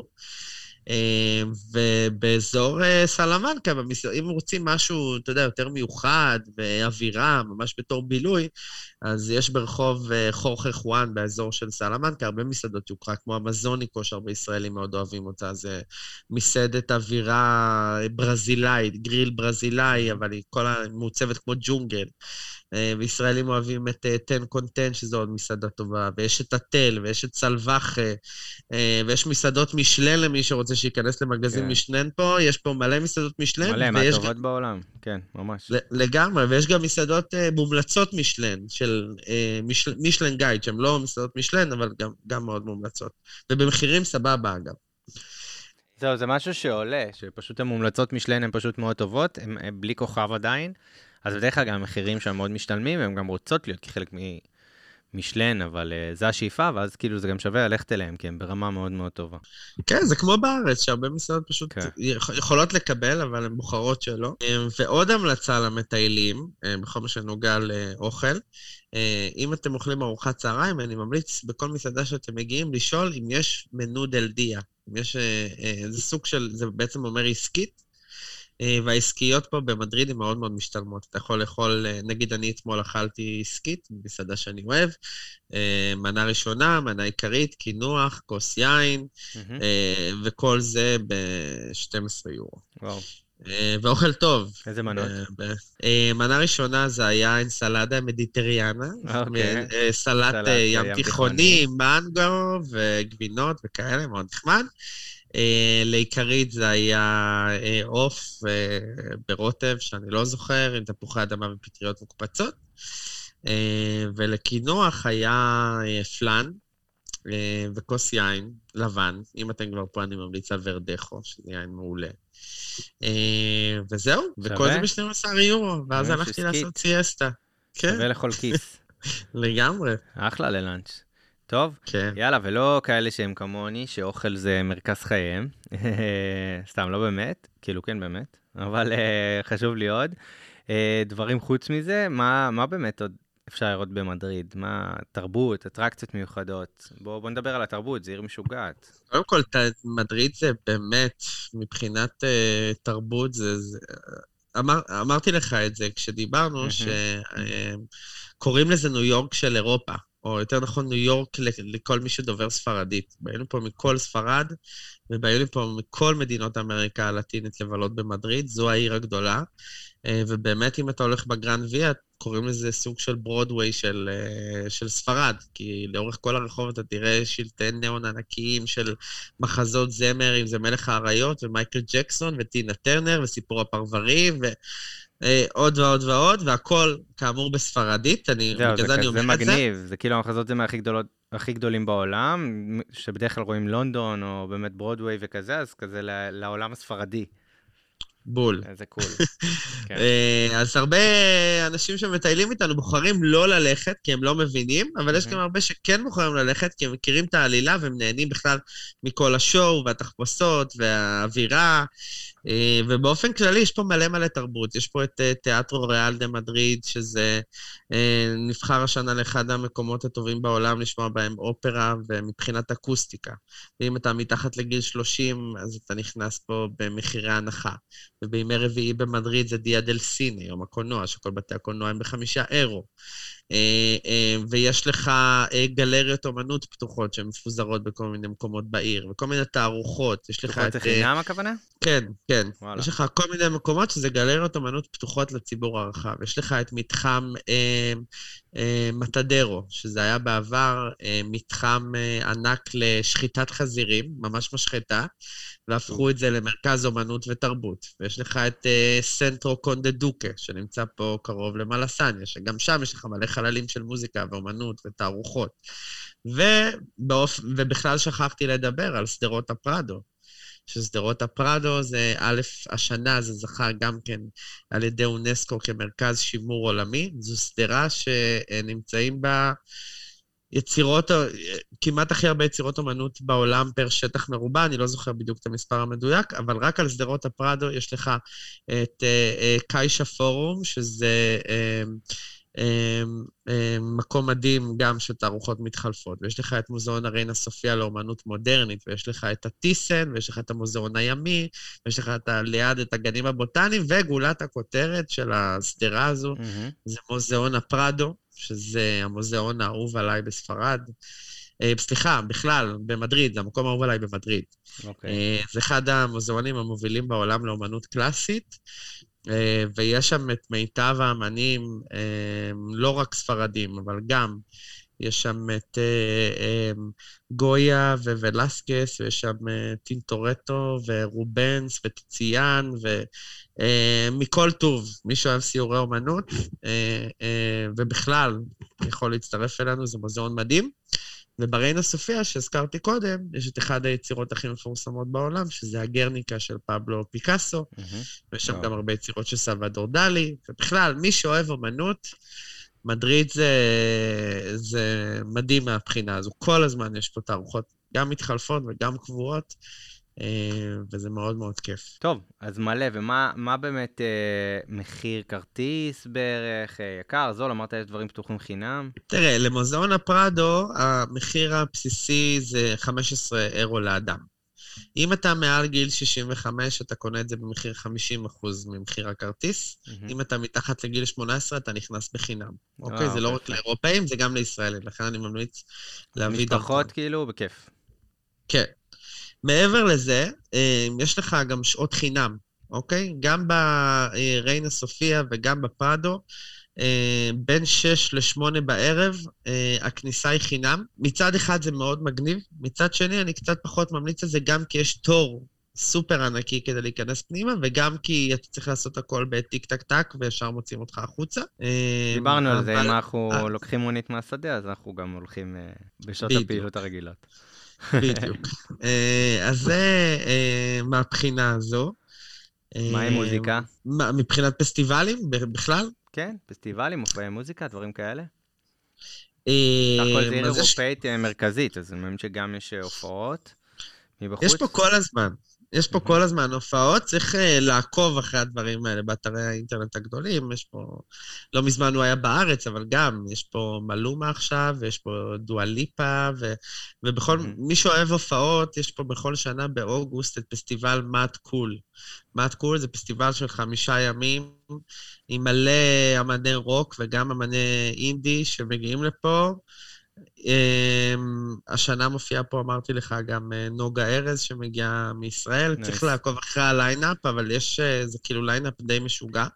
ובאזור סלמנקה, אם רוצים משהו, אתה יודע, יותר מיוחד ואווירה, ממש בתור בילוי, אז יש ברחוב חורכה חואן באזור של סלמנקה, הרבה מסעדות יוקרה, כמו המזוניקו, שהרבה ישראלים מאוד אוהבים אותה, זה מסעדת אווירה ברזילאית, גריל ברזילאי, אבל היא כל המעוצבת כמו ג'ונגל. וישראלים אוהבים את טן קונטן, שזו עוד מסעדה טובה, ויש את הטל, ויש את סלווח, ויש מסעדות משלן למי שרוצה שייכנס למגזין משלן פה, יש פה מלא מסעדות משלן. מלא, מהטובות בעולם, כן, ממש. לגמרי, ויש גם מסעדות מומלצות משלן, של משלן גייד, שהן לא מסעדות משלן, אבל גם מאוד מומלצות. ובמחירים סבבה, אגב. זהו, זה משהו שעולה, שפשוט המומלצות משלן הן פשוט מאוד טובות, הן בלי כוכב עדיין, אז בדרך כלל גם המחירים שם מאוד משתלמים, והם גם רוצות להיות כחלק משלן, אבל uh, זה השאיפה, ואז כאילו זה גם שווה ללכת אליהם, כי הם ברמה מאוד מאוד טובה. כן, זה כמו בארץ, שהרבה מסעדות פשוט כן. יכולות לקבל, אבל הן בוחרות שלא. ועוד המלצה למטיילים, בכל מה שנוגע לאוכל, אם אתם אוכלים ארוחת צהריים, אני ממליץ בכל מסעדה שאתם מגיעים לשאול אם יש מנו דלדיה. אם יש, זה סוג של, זה בעצם אומר עסקית, והעסקיות פה במדריד הן מאוד מאוד משתלמות. אתה יכול לאכול, נגיד אני אתמול אכלתי עסקית, מסעדה שאני אוהב, מנה ראשונה, מנה עיקרית, קינוח, כוס יין, וכל זה ב-שתים עשרה יורו. וואו. ואוכל טוב. איזה מנות? מנה ראשונה זה היה אינסלדה מדיטריאנה, סלט ים תיכוני, מנגו וגבינות וכאלה, מאוד נחמד. לעיקרית זה היה עוף ברוטב, שאני לא זוכר, עם תפוחי אדמה ופטריות מוקפצות, ולקינוח היה פלן וכוס יין לבן, אם אתם כבר פה אני ממליצה ורדכו, שזה יין מעולה. וזהו, וכל זה ב-שנים עשר יורו, ואז הלכתי לעשות סיאסטה. שווה לכל כיס. לגמרי. אחלה ללאנץ'. טוב, כן. יאללה, ולא כאלה שהם כמוני, שאוכל זה מרכז חייהם. סתם, לא באמת, כאילו כן באמת, אבל חשוב לי עוד. דברים חוץ מזה, מה, מה באמת עוד אפשר לראות במדריד? מה, תרבות, אטרקציות מיוחדות? בואו בוא נדבר על התרבות, זה עיר משוגעת. קודם כל, מדריד זה באמת, מבחינת uh, תרבות, זה... זה... אמר, אמרתי לך את זה כשדיברנו, שקוראים לזה ניו יורק של אירופה, או יותר נכון ניו יורק לכל מי שדובר ספרדית. באנו פה מכל ספרד, ובאנו פה מכל מדינות אמריקה הלטינית לבלות במדריד, זו העיר הגדולה, ובאמת אם אתה הולך בגרנד ויה, קוראים לזה סוג של ברודווי של, של ספרד, כי לאורך כל הרחוב אתה תראה שלטי ניאון ענקיים של מחזות זמר, אם זה מלך האריות, ומייקל ג'קסון, וטינה טרנר, וסיפור הפרברים, ועוד ועוד ועוד, והכל כאמור בספרדית, אני, זהו, בגלל זה אני אומר כזה את זה. מגניב, זה כאילו המחזות זמר הכי גדולות, הכי גדולים בעולם, שבדרך כלל רואים לונדון, או באמת ברודווי וכזה, אז כזה לעולם הספרדי. בול. איזה קול. כן. אז הרבה אנשים שמטיילים איתנו בוחרים לא ללכת, כי הם לא מבינים, אבל יש גם הרבה שכן בוחרים ללכת, כי הם מכירים את העלילה, והם נהנים בכלל מכל השואו, והתחפושות, והאווירה, ובאופן כללי יש פה מלא מלא תרבות. יש פה את תיאטרו ריאל דה מדריד, שזה נבחר השנה לאחד המקומות הטובים בעולם לשמוע בהם אופרה, ומבחינת אקוסטיקה. ואם אתה מתחת לגיל שלושים, אז אתה נכנס פה במחירי הנחה. ובימי רביעי במדריד זה דיה דל סיני, יום הקולנוע, שכל בתי הקולנוע הם בחמישה אירו. ויש לך גלריות אומנות פתוחות שהן מפוזרות בכל מיני מקומות בעיר, וכל מיני תערוכות. יש לך את... זה חינם הכוונה? כן, כן. וואלה. יש לך כל מיני מקומות שזה גלריות אומנות פתוחות לציבור הרחב. יש לך את מתחם אה, אה, מטדרו, שזה היה בעבר אה, מתחם אה, ענק לשחיטת חזירים, ממש משחטה, והפכו את זה למרכז אומנות ותרבות. ויש לך את אה, סנטרו קונדה דוקה, שנמצא פה קרוב למלסניה, שגם שם יש לך מלא חללים של מוזיקה ואומנות ותערוכות. ובאופ... ובכלל שכחתי לדבר על סדרות הפרדו, שסדרות הפרדו זה, א', השנה זה זכה גם כן על ידי אונסקו כמרכז שימור עולמי, זו סדרה שנמצאים בה יצירות, כמעט הכי הרבה יצירות אומנות בעולם פר שטח מרובע, אני לא זוכר בדיוק את המספר המדויק, אבל רק על סדרות הפרדו יש לך את קיישה פורום, שזה מקום מדהים גם שתערוכות מתחלפות, ויש לך את מוזיאון הריינה סופיה לאומנות מודרנית, ויש לך את הטיסן, ויש לך את המוזיאון הימי, ויש לך את ליד את הגנים הבוטניים, וגולת הכותרת של הסדרה הזו, mm-hmm. זה מוזיאון הפרדו, שזה המוזיאון האהוב עליי בספרד, סליחה, בכלל, במדריד, זה המקום האהוב עליי במדריד. Okay. זה אחד המוזיאונים המובילים בעולם לאומנות קלאסית, ויש שם את מיטב האמנים, לא רק ספרדים, אבל גם יש שם את גויה וולסקס, ויש שם טינטורטו ורובנס וטיציאן, ומכל טוב, מי שאוהב סיורי אומנות, ובכלל יכול להצטרף אלינו, זה מוזיאון מדהים. ובריינה סופיה, שהזכרתי קודם, יש את אחד היצירות הכי מפורסמות בעולם, שזה הגרניקה של פבלו פיקאסו, ויש שם גם הרבה יצירות של סלבדור דלי, ובכלל, מי שאוהב אומנות, מדריד זה, זה מדהים מהבחינה הזו. כל הזמן יש פה תערוכות, גם מתחלפות וגם קבועות, וזה מאוד מאוד כיף. טוב, אז מלא, ומה מה באמת אה, מחיר כרטיס בערך, אה, יקר, זול, אמרת יש דברים פתוחים חינם? תראה, למוזיאון הפרדו, המחיר הבסיסי זה חמישה עשר אירו לאדם. אם אתה מעל גיל שישים וחמש, אתה קונה את זה במחיר חמישים אחוז ממחיר הכרטיס. Mm-hmm. אם אתה מתחת לגיל שמונה עשרה, אתה נכנס בחינם. Oh, אוקיי, זה לא רק לאירופאים, זה גם לישראלים. לכן אני ממליץ להביא דרכון. משפחות כאילו, בכיף. כן. מעבר לזה, יש לך גם שעות חינם, אוקיי? גם בריינה סופיה וגם בפרדו, בין שש לשמונה בערב, הכניסה היא חינם. מצד אחד זה מאוד מגניב, מצד שני אני קצת פחות ממליץ על זה, גם כי יש תור סופר ענקי כדי להיכנס פנימה, וגם כי אתה צריך לעשות הכל בטיק טק טק, וישר מוצאים אותך החוצה. דיברנו על זה, אם אנחנו לוקחים מונית מהשדה, אז אנחנו גם הולכים בשעות הפעילות הרגילות. בדיוק. אז זה מהבחינה הזו. מה עם מוזיקה? מבחינת פסטיבלים בכלל? כן, פסטיבלים, מופעי מוזיקה, דברים כאלה. הכל זה עיר אירופאית מרכזית, אז אני מאמין שגם יש הופעות מבחוץ. יש פה כל הזמן. יש פה כל הזמן הופעות, צריך לעקוב אחרי הדברים האלה באתרי האינטרנט הגדולים, יש פה, לא מזמן הוא היה בארץ, אבל גם, יש פה מלומה עכשיו, ויש פה דואליפה, ו, ובכל, מי שאוהב הופעות, יש פה בכל שנה באוגוסט את פסטיבל מאט קול. מאט קול זה פסטיבל של חמישה ימים, עם מלא אמני רוק וגם אמני אינדי שמגיעים לפה, השנה מופיעה פה, אמרתי לך, גם נוגה ארז שמגיעה מישראל. צריך לעקוב אחרי הליינאפ, אבל יש, זה כאילו ליינאפ די משוגע.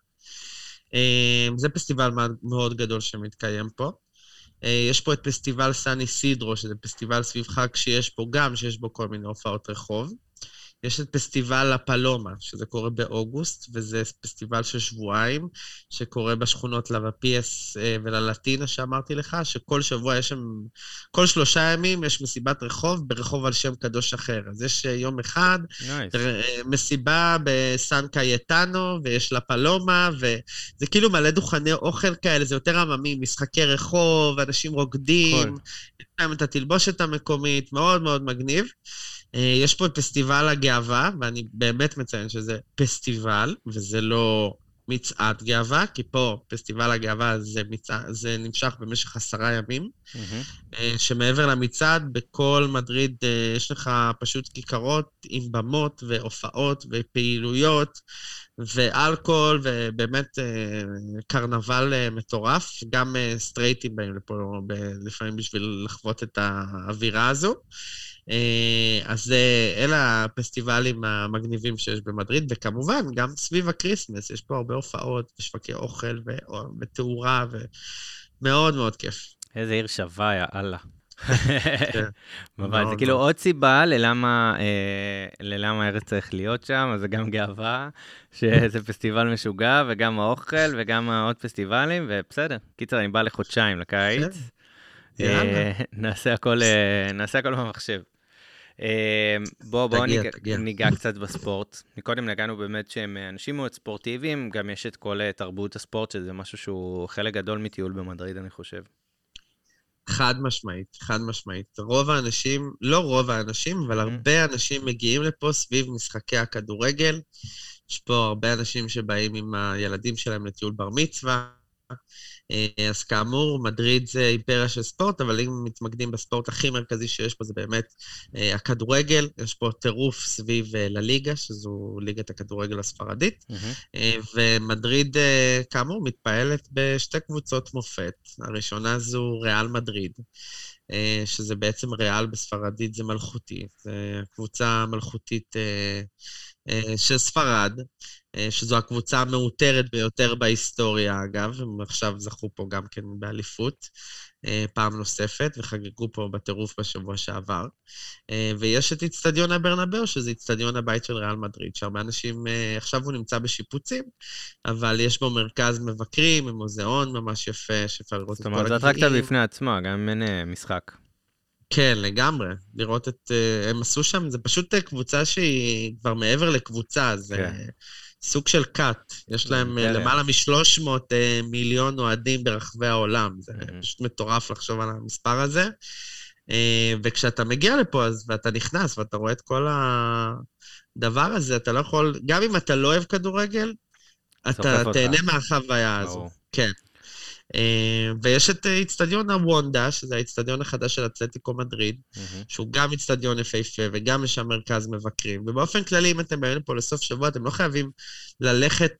זה פסטיבל מאוד גדול שמתקיים פה. יש פה את פסטיבל סן איסידרו, שזה פסטיבל סביב חג שיש פה גם, שיש בו כל מיני הופעות רחוב. יש את פסטיבל הפלומה, שזה קורה באוגוסט, וזה פסטיבל של שבועיים, שקורה בשכונות לוואפיאס וללטינה שאמרתי לך, שכל שבוע יש שם, כל שלושה ימים יש מסיבת רחוב, ברחוב על שם קדוש אחר. אז יש יום אחד, nice. מסיבה בסן קייטנו, ויש לה פלומה, וזה כאילו מלא דוכני אוכל כאלה, זה יותר עממי, משחקי רחוב, אנשים רוקדים, יש להם את התלבושת המקומית, מאוד מאוד מגניב. יש פה את פסטיבל הגאווה, ואני באמת מציין שזה פסטיבל, וזה לא מצעד גאווה, כי פה פסטיבל הגאווה זה, מצע... זה נמשך במשך עשרה ימים, mm-hmm. שמעבר למצעד, בכל מדריד יש לך פשוט כיכרות עם במות והופעות ופעילויות, ואלכוהול, ובאמת קרנבל מטורף, גם סטרייטים באים לפה לפעמים בשביל לחוות את האווירה הזו. אז אלה הפסטיבלים המגניבים שיש במדריד, וכמובן, גם סביב הקריסמס, יש פה הרבה הופעות, ושווקי אוכל ותאורה, ומאוד מאוד כיף. איזה עיר שווה, יא אללה. ממש, זה כאילו עוד סיבה ללמה ללמה הארץ צריך להיות שם, אז זה גם גאווה, שזה פסטיבל משוגע, וגם האוכל, וגם עוד פסטיבלים, ובסדר. קיצר, אני בא לחודשיים לקיץ. נעשה הכל במחשב. בואו בואו ניגע קצת בספורט. מקודם נגענו באמת שהם אנשים מאוד ספורטיביים, גם יש את כל תרבות הספורט, שזה משהו שהוא חלק גדול מטיול במדריד, אני חושב. חד משמעית, חד משמעית. רוב האנשים, לא רוב האנשים, אבל הרבה אנשים מגיעים לפה סביב משחקי הכדורגל. יש פה הרבה אנשים שבאים עם הילדים שלהם לטיול בר מצווה. אז כאמור, מדריד זה אימפריה של ספורט, אבל אם מתמקדים בספורט הכי מרכזי שיש פה, זה באמת הכדורגל. יש פה טירוף סביב לליגה, שזו ליגת הכדורגל הספרדית, mm-hmm. ומדריד, כאמור, מתפעלת בשתי קבוצות מופת. הראשונה זו ריאל מדריד, שזה בעצם ריאל בספרדית, זה מלכותי. זה קבוצה מלכותית של ספרד, שזו הקבוצה המאותרת ביותר בהיסטוריה, אגב, הם עכשיו זכו פה גם כן באליפות, פעם נוספת, וחגגו פה בטירוף בשבוע שעבר. ויש את אצטדיון הברנבאו, שזה אצטדיון הבית של ריאל מדריד, שהרבה אנשים, עכשיו הוא נמצא בשיפוצים, אבל יש בו מרכז מבקרים, מוזיאון ממש יפה, שאפשר לראות את כל הגביעים. זאת אומרת, זה אטרקציה בפני עצמה, גם אם אין משחק. כן, לגמרי. לראות את... הם עשו שם, זה פשוט קבוצה שהיא כבר מעבר לקבוצה, זה... כן. סוג של קאט, יש להם למעלה מ-שלוש מאות מיליון אוהדים ברחבי העולם, זה פשוט מטורף לחשוב על המספר הזה, וכשאתה מגיע לפה אז, ואתה נכנס ואתה רואה את כל הדבר הזה, אתה לא יכול, גם אם אתה לא אוהב כדורגל, אתה תהנה מהחוויה הזו, כן. ויש את אצטדיון הוונדה, שזה האצטדיון החדש של אתלטיקו מדריד, שהוא גם אצטדיון יפהפה, וגם יש שם מרכז מבקרים. ובאופן כללי, אם אתם באים פה לסוף שבוע, אתם לא חייבים ללכת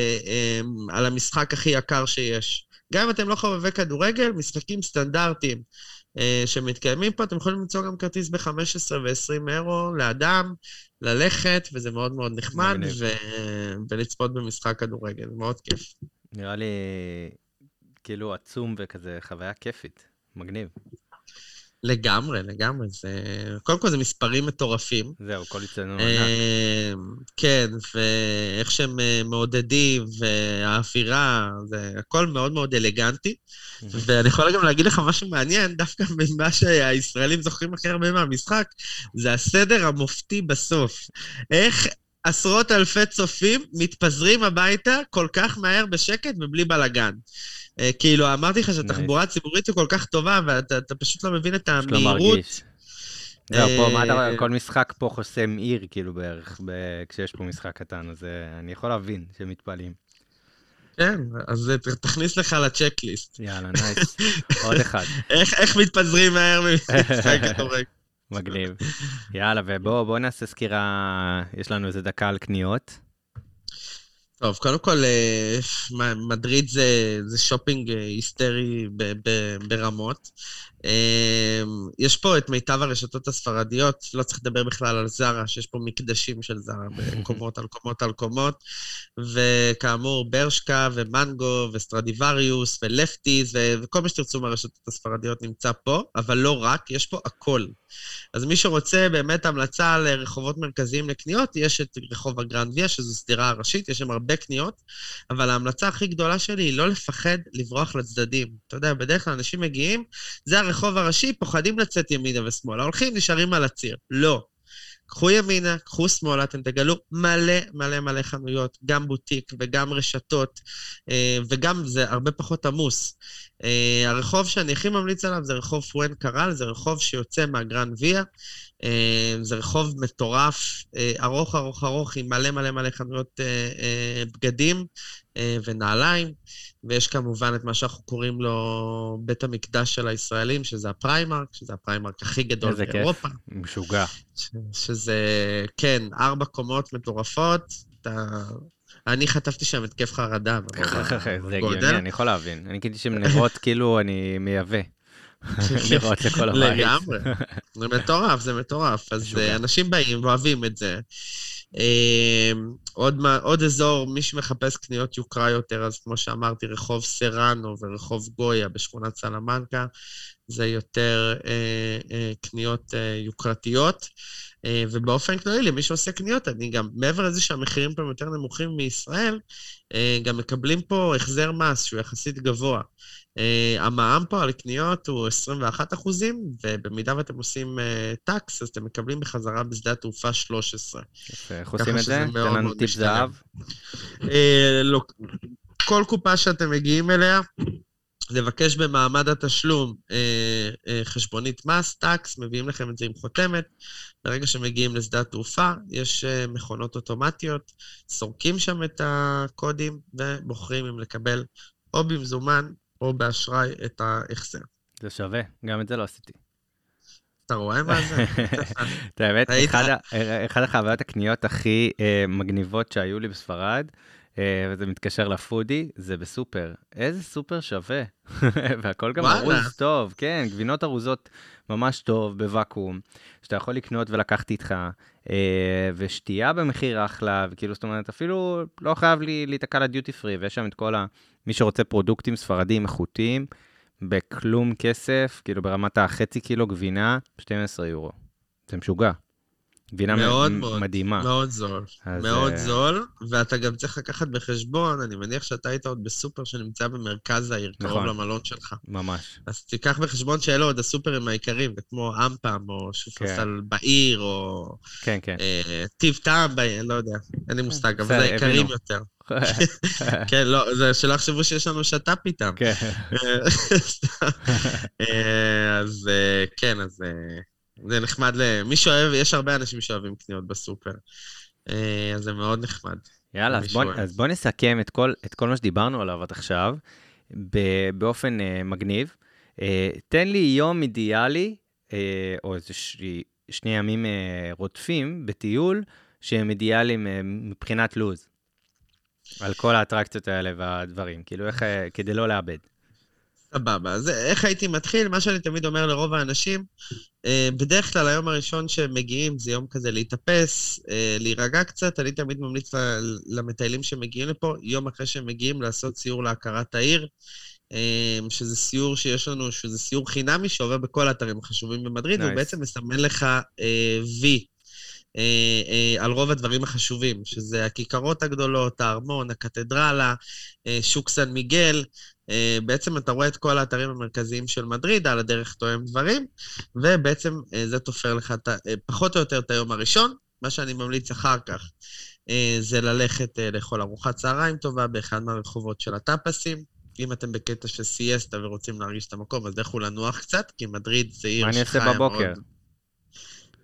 על המשחק הכי יקר שיש. גם אם אתם לא חובבי כדורגל, משחקים סטנדרטיים שמתקיימים פה, אתם יכולים למצוא גם כרטיס ב-חמש עשרה ועשרים אירו לאדם, ללכת, וזה מאוד מאוד נחמד, ולצפות במשחק כדורגל. מאוד כיף. נראה לי... כאילו עצום וכזה חוויה כיפית, מגניב. לגמרי, לגמרי. זה... קודם כל זה מספרים מטורפים. זהו, כל אצטדיון. כן, ואיך שהם מעודדים, והאווירה, זה הכל מאוד מאוד אלגנטי. ואני יכול גם להגיד לך משהו מעניין, דווקא ממה שהישראלים זוכרים הכי הרבה מהמשחק, זה הסדר המופתי בסוף. איך... עשרות אלפי צופים מתפזרים הביתה כל כך מהר בשקט ובלי בלגן. כאילו, אמרתי לך שהתחבורה הציבורית היא כל כך טובה, ואתה פשוט לא מבין את המהירות. זהו, פה, מה אתה, כל משחק פה חוסם עיר, כאילו בערך, כשיש פה משחק קטן, אז אני יכול להבין שמתפעלים. כן, אז תכניס לך לצ'קליסט. יאללה, נייס. עוד אחד. איך מתפזרים מהר ממשחק כדורגל. מגניב. יאללה, ובואו נעשה סקירה, יש לנו איזה דקה על קניות. טוב, קודם כל, מדריד זה, זה שופינג היסטרי ב, ב, ברמות. יש פה את מיטב הרשתות הספרדיות, לא צריך לדבר בכלל על זרה, שיש פה מקדשים של זרה בקומות על קומות על קומות, וכאמור, ברשקה ומנגו וסטרדיווריוס ולפטיס, וכל מה שתרצו מהרשתות הספרדיות נמצא פה, אבל לא רק, יש פה הכל. אז מי שרוצה באמת המלצה לרחובות מרכזיים לקניות, יש את רחוב הגרנד ויה, שזו סדירה הראשית, יש שם הרבה קניות, אבל ההמלצה הכי גדולה שלי היא לא לפחד לברוח לצדדים. אתה יודע, בדרך כלל אנשים מגיעים, זה הרחוב הראשי, פוחדים לצאת ימינה ושמאלה, הולכים, נשארים על הציר. לא. קחו ימינה, קחו שמאלה, אתם תגלו מלא מלא מלא חנויות, גם בוטיק וגם רשתות, וגם זה הרבה פחות עמוס. הרחוב שאני הכי ממליץ עליו זה רחוב פואן קרל, זה רחוב שיוצא מהגרנד ויה, זה רחוב מטורף, ארוך ארוך ארוך, עם מלא מלא מלא חנויות בגדים ונעליים, ויש כמובן את מה שאנחנו קוראים לו בית המקדש של הישראלים, שזה הפריימרק, שזה הפריימרק הכי גדול באירופה. איזה כיף, משוגע. שזה, כן, ארבע קומות מטורפות, אני חטפתי שם את כיף חרדה. זה הגיוני, אני יכול להבין. אני קידי שמנרות, כאילו אני מייבא. נרות לכל הבית. לגמרי. זה מטורף, זה מטורף. אז אנשים באים ואוהבים את זה. עוד אזור, מי שמחפש קניות יוקרה יותר, אז כמו שאמרתי, רחוב סרנו ורחוב גויה בשכונת סלמנקה, זה יותר קניות יוקרתיות. ובאופן כללי, למי שעושה קניות, אני גם, מעבר לזה שהמחירים פה יותר נמוכים מישראל, גם מקבלים פה החזר מס שהוא יחסית גבוה. המע"מ פה על קניות הוא עשרים ואחד אחוזים, ובמידה ואתם עושים טקס, אז אתם מקבלים בחזרה בשדה התעופה שלוש עשרה. איך עושים את זה? תן לנו טיפ זהב. כל קופה שאתם מגיעים אליה, לבקש במעמד התשלום אה, אה, חשבונית מס, טקס, מביאים לכם את זה עם חותמת. ברגע שמגיעים לשדה התעופה, יש אה, מכונות אוטומטיות, סורקים שם את הקודים, ובוחרים אם לקבל או במזומן או באשראי את ההחזר. זה שווה, גם את זה לא עשיתי. אתה רואה מה זה? האמת, אחד החוויות הקניות הכי אה, מגניבות שהיו לי בספרד, וזה מתקשר לפודי, זה בסופר. איזה סופר שווה. והכל גם ארוז טוב, כן, גבינות ארוזות ממש טוב, בוואקום, שאתה יכול לקנות ולקחת איתך, ושתייה במחיר אחלה, וכאילו, זאת אומרת, אפילו לא חייב לי להתקע לדיוטי פרי, ויש שם את כל ה... מי שרוצה פרודוקטים ספרדיים איכותיים, בכלום כסף, כאילו ברמת החצי קילו גבינה, שנים עשר יורו. זה משוגע. גבינה מאוד מ- מאוד, מדהימה. מאוד זול, אז, מאוד uh... זול, ואתה גם צריך לקחת בחשבון, אני מניח שאתה היית עוד בסופר שנמצא במרכז העיר, נכון. קרוב למלון שלך. ממש. אז תיקח בחשבון שאלו עוד הסופרים העיקרים, זה כמו אמפם, או שופרסל כן. בעיר, או... כן, כן. אה, טיב טעם בעיר, לא יודע, אין לי מושג, אבל זה העיקרים יותר. כן, לא, זה שלא חשבו שיש לנו שטאפ איתם. כן. אז כן, אז... זה נחמד למי שאוהב, יש הרבה אנשים שאוהבים קניות בסופר, אז זה מאוד נחמד. יאללה, אז בוא, אז בוא נסכם את כל, את כל מה שדיברנו עליו עד עכשיו, באופן uh, מגניב. Uh, תן לי יום אידיאלי, uh, או איזה ש... שני ימים uh, רודפים בטיול, שהם אידיאליים uh, מבחינת לוז, על כל האטרקציות האלה והדברים, כאילו איך, uh, כדי לא לאבד. סבבה, אז איך הייתי מתחיל? מה שאני תמיד אומר לרוב האנשים, בדרך כלל היום הראשון שהם מגיעים זה יום כזה להתאפס, להירגע קצת, אני תמיד ממליץ למטיילים שמגיעים לפה, יום אחרי שהם מגיעים לעשות סיור להכרת העיר, שזה סיור שיש לנו, שזה סיור חינמי שעובר בכל האתרים החשובים במדריד, והוא בעצם מסמן לך וי. על רוב הדברים החשובים, שזה הכיכרות הגדולות, הארמון, הקתדרלה, שוק סן מיגל, בעצם אתה רואה את כל האתרים המרכזיים של מדריד, על הדרך תואם דברים, ובעצם זה תופר לך פחות או יותר את היום הראשון. מה שאני ממליץ אחר כך זה ללכת לאכול ארוחת צהריים טובה באחד מהרחובות של הטאפסים. אם אתם בקטע של סיאסטה ורוצים להרגיש את המקום, אז לכו לנוח קצת, כי מדריד זה עיר מה אני עושה בבוקר?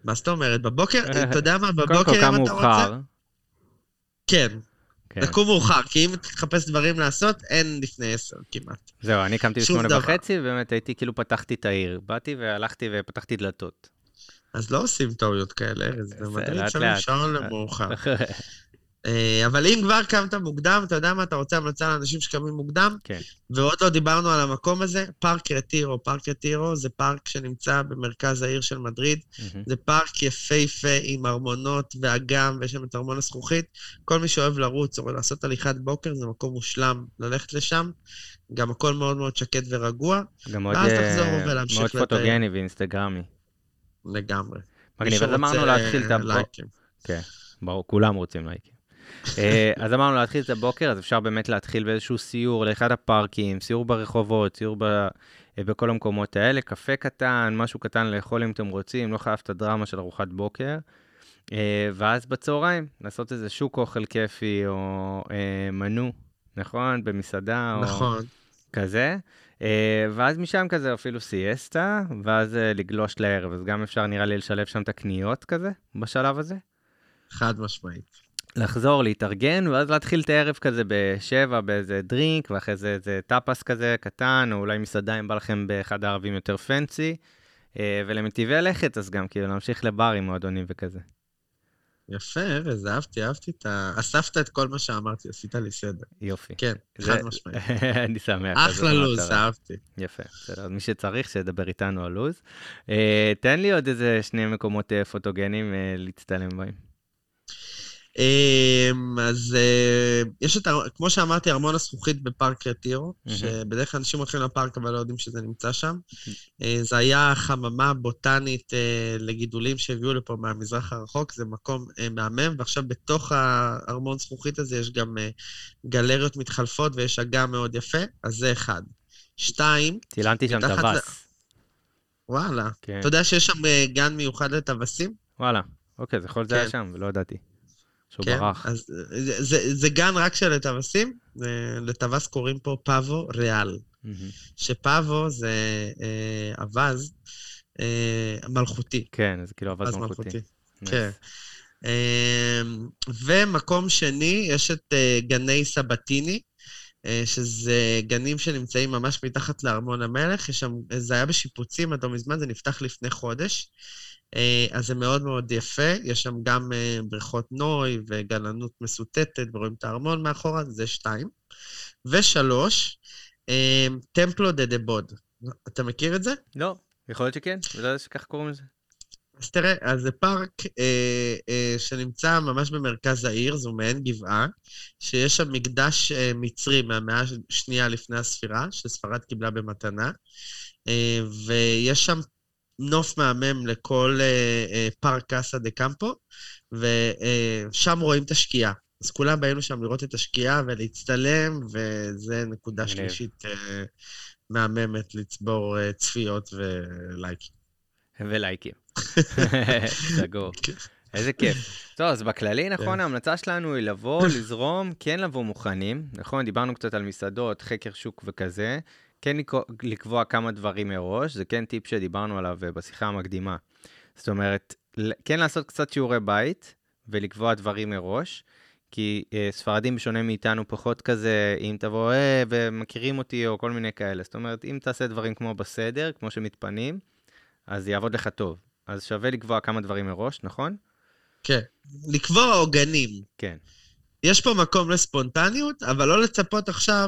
מה זאת אומרת? בבוקר, אתה יודע מה, קודם בבוקר כל קם אם אתה רוצה? מאוחר. כן, כן. לקום מאוחר, כי אם תחפש דברים לעשות, אין לפני עשר כמעט. זהו, אני קמתי שום בשמונה דבר. וחצי, ובאמת הייתי כאילו פתחתי את העיר. באתי והלכתי ופתחתי דלתות. אז לא עושים טעויות כאלה, ארז, זה במדריד לאט שמים לאט. שעון למאוחר. אה, אבל אם כבר קמת מוקדם, אתה יודע מה, אתה רוצה המלצה לאנשים שקמים מוקדם, כן. ועוד לא דיברנו על המקום הזה, פארק רטירו. פארק רטירו זה פארק שנמצא במרכז העיר של מדריד. מהמם. זה פארק יפהפה עם ארמונות ואגם, ויש שם את ארמון הזכוכית. כל מי שאוהב לרוץ או לעשות הליכת בוקר, זה מקום מושלם ללכת לשם. גם הכל מאוד מאוד שקט ורגוע, גם מאוד, ואז אה, תחזור ולהמשיך מאוד לטייל. פוטוגני ואינסטגרמי. לגמרי. מגניב, מישהו אז אמרנו רוצה להתחיל את הבוקר. לייקים. כן, ברור, כולם רוצים לייקים. אה, אז אמרנו להתחיל את הבוקר, אז אפשר באמת להתחיל באיזשהו סיור לאחד הפארקים, סיור ברחובות, סיור ב... אה, בכל המקומות האלה, קפה קטן, משהו קטן לאכול אם אתם רוצים, לא חייב את הדרמה של ארוחת בוקר. אה, ואז בצהריים, לעשות איזה שוק אוכל כיפי, או אה, מנו, נכון? במסעדה, או נכון. כזה. אה, ואז משם כזה אפילו סייסטה, ואז אה, לגלוש לערב. אז גם אפשר נראה לי לשלב שם את הקניות כזה, בשלב הזה. חד משמעית. לחזור, להתארגן, ואז להתחיל את הערב כזה בשבע, באיזה דרינק, ואחרי זה איזה טאפס כזה קטן, או אולי מסעדה אם בא לכם באחד הערבים יותר פנסי, ולמטיבי לכת, אז גם כאילו להמשיך לברים, מועדונים וכזה. יפה, ארז, אהבתי, אהבתי את ה... אספת את כל מה שאמרתי, עשית לי סדר. יופי. כן, זה- חד משמעית. אני שמח. אז אחלה זאת לוז, המטרה. אהבתי. יפה, בסדר, אז מי שצריך שידבר איתנו על לוז. אה, תן לי עוד איזה שני מקומות אה, פוטוגנים אה, להצטלם בהם. אמ, אז אה, יש את, הר- כמו שאמרתי, ארמון הזכוכית בפארק רטירו, מהמם. שבדרך כלל אנשים הולכים לפארק אבל לא יודעים שזה נמצא שם. אה, זה היה חממה בוטנית אה, לגידולים שהביאו לפה מהמזרח הרחוק, זה מקום אה, מהמם, ועכשיו בתוך הארמון זכוכית הזה יש גם אה, גלריות מתחלפות ויש אגם מאוד יפה, אז זה אחד. שתיים, צילמתי שם מתחת טווס. וואלה. כן. אתה יודע שיש שם אה, גן מיוחד לטווסים? וואלה, אוקיי, זה יכול להיות זה היה כן. שם, ולא ידעתי. שהוא כן, ברח. אז זה, זה, זה גן רק של לטווסים, אה, לטווס קוראים פה פאבו ריאל, מהמם. שפאבו זה אה, אבז אה, מלכותי. כן, זה כאילו אבז אבז מלכותי. מלכותי. Nice. כן. אה, ומקום שני, יש את אה, גני סבתיני, אה, שזה גנים שנמצאים ממש מתחת לארמון המלך, יש שם, זה היה בשיפוצים עד לא מזמן, זה נפתח לפני חודש. אה, אז זה מאוד מאוד יפה, יש שם גם אה, בריכות נוי וגלנות מסוטטת, ורואים את הארמון מאחורה, זה שתיים. ושלוש, אה, טמפלו דה דה בוד. אתה מכיר את זה? לא, יכול להיות שכן, ולא יודע שכך קוראים לזה. אז תראה, אז זה פארק אה, אה, שנמצא ממש במרכז העיר, זו מעין גבעה, שיש שם מקדש אה, מצרי מהמאה השנייה לפני הספירה, שספרד קיבלה במתנה, אה, ויש שם נוף מהמם לכל אה, אה, פארק קאסה דה קמפו, ושם רואים את השקיעה. אז כולם באים לשם לראות את השקיעה ולהצטלם, וזה נקודה מגניב. שלישית אה, מהממת לצבור אה, צפיות ולייקים. ולייקים. סגור. איזה כיף. טוב, אז בכללי, נכון, ההמלצה שלנו היא לבוא, לזרום, כן לבוא מוכנים. נכון, דיברנו קצת על מסעדות, חקר שוק וכזה. כן לקבוע כמה דברים מראש, זה כן טיפ שדיברנו עליו בשיחה המקדימה. זאת אומרת, כן לעשות קצת שיעורי בית, ולקבוע דברים מראש, כי אה, ספרדים בשונה מאיתנו פחות כזה, אם תבוא, אה, ומכירים אותי, או כל מיני כאלה. זאת אומרת, אם תעשה דברים כמו בסדר, כמו שמתפנים, אז זה יעבוד לך טוב. אז שווה לקבוע כמה דברים מראש, נכון? כן. לקבוע עוגנים. כן. יש פה מקום לספונטניות, אבל לא לצפות עכשיו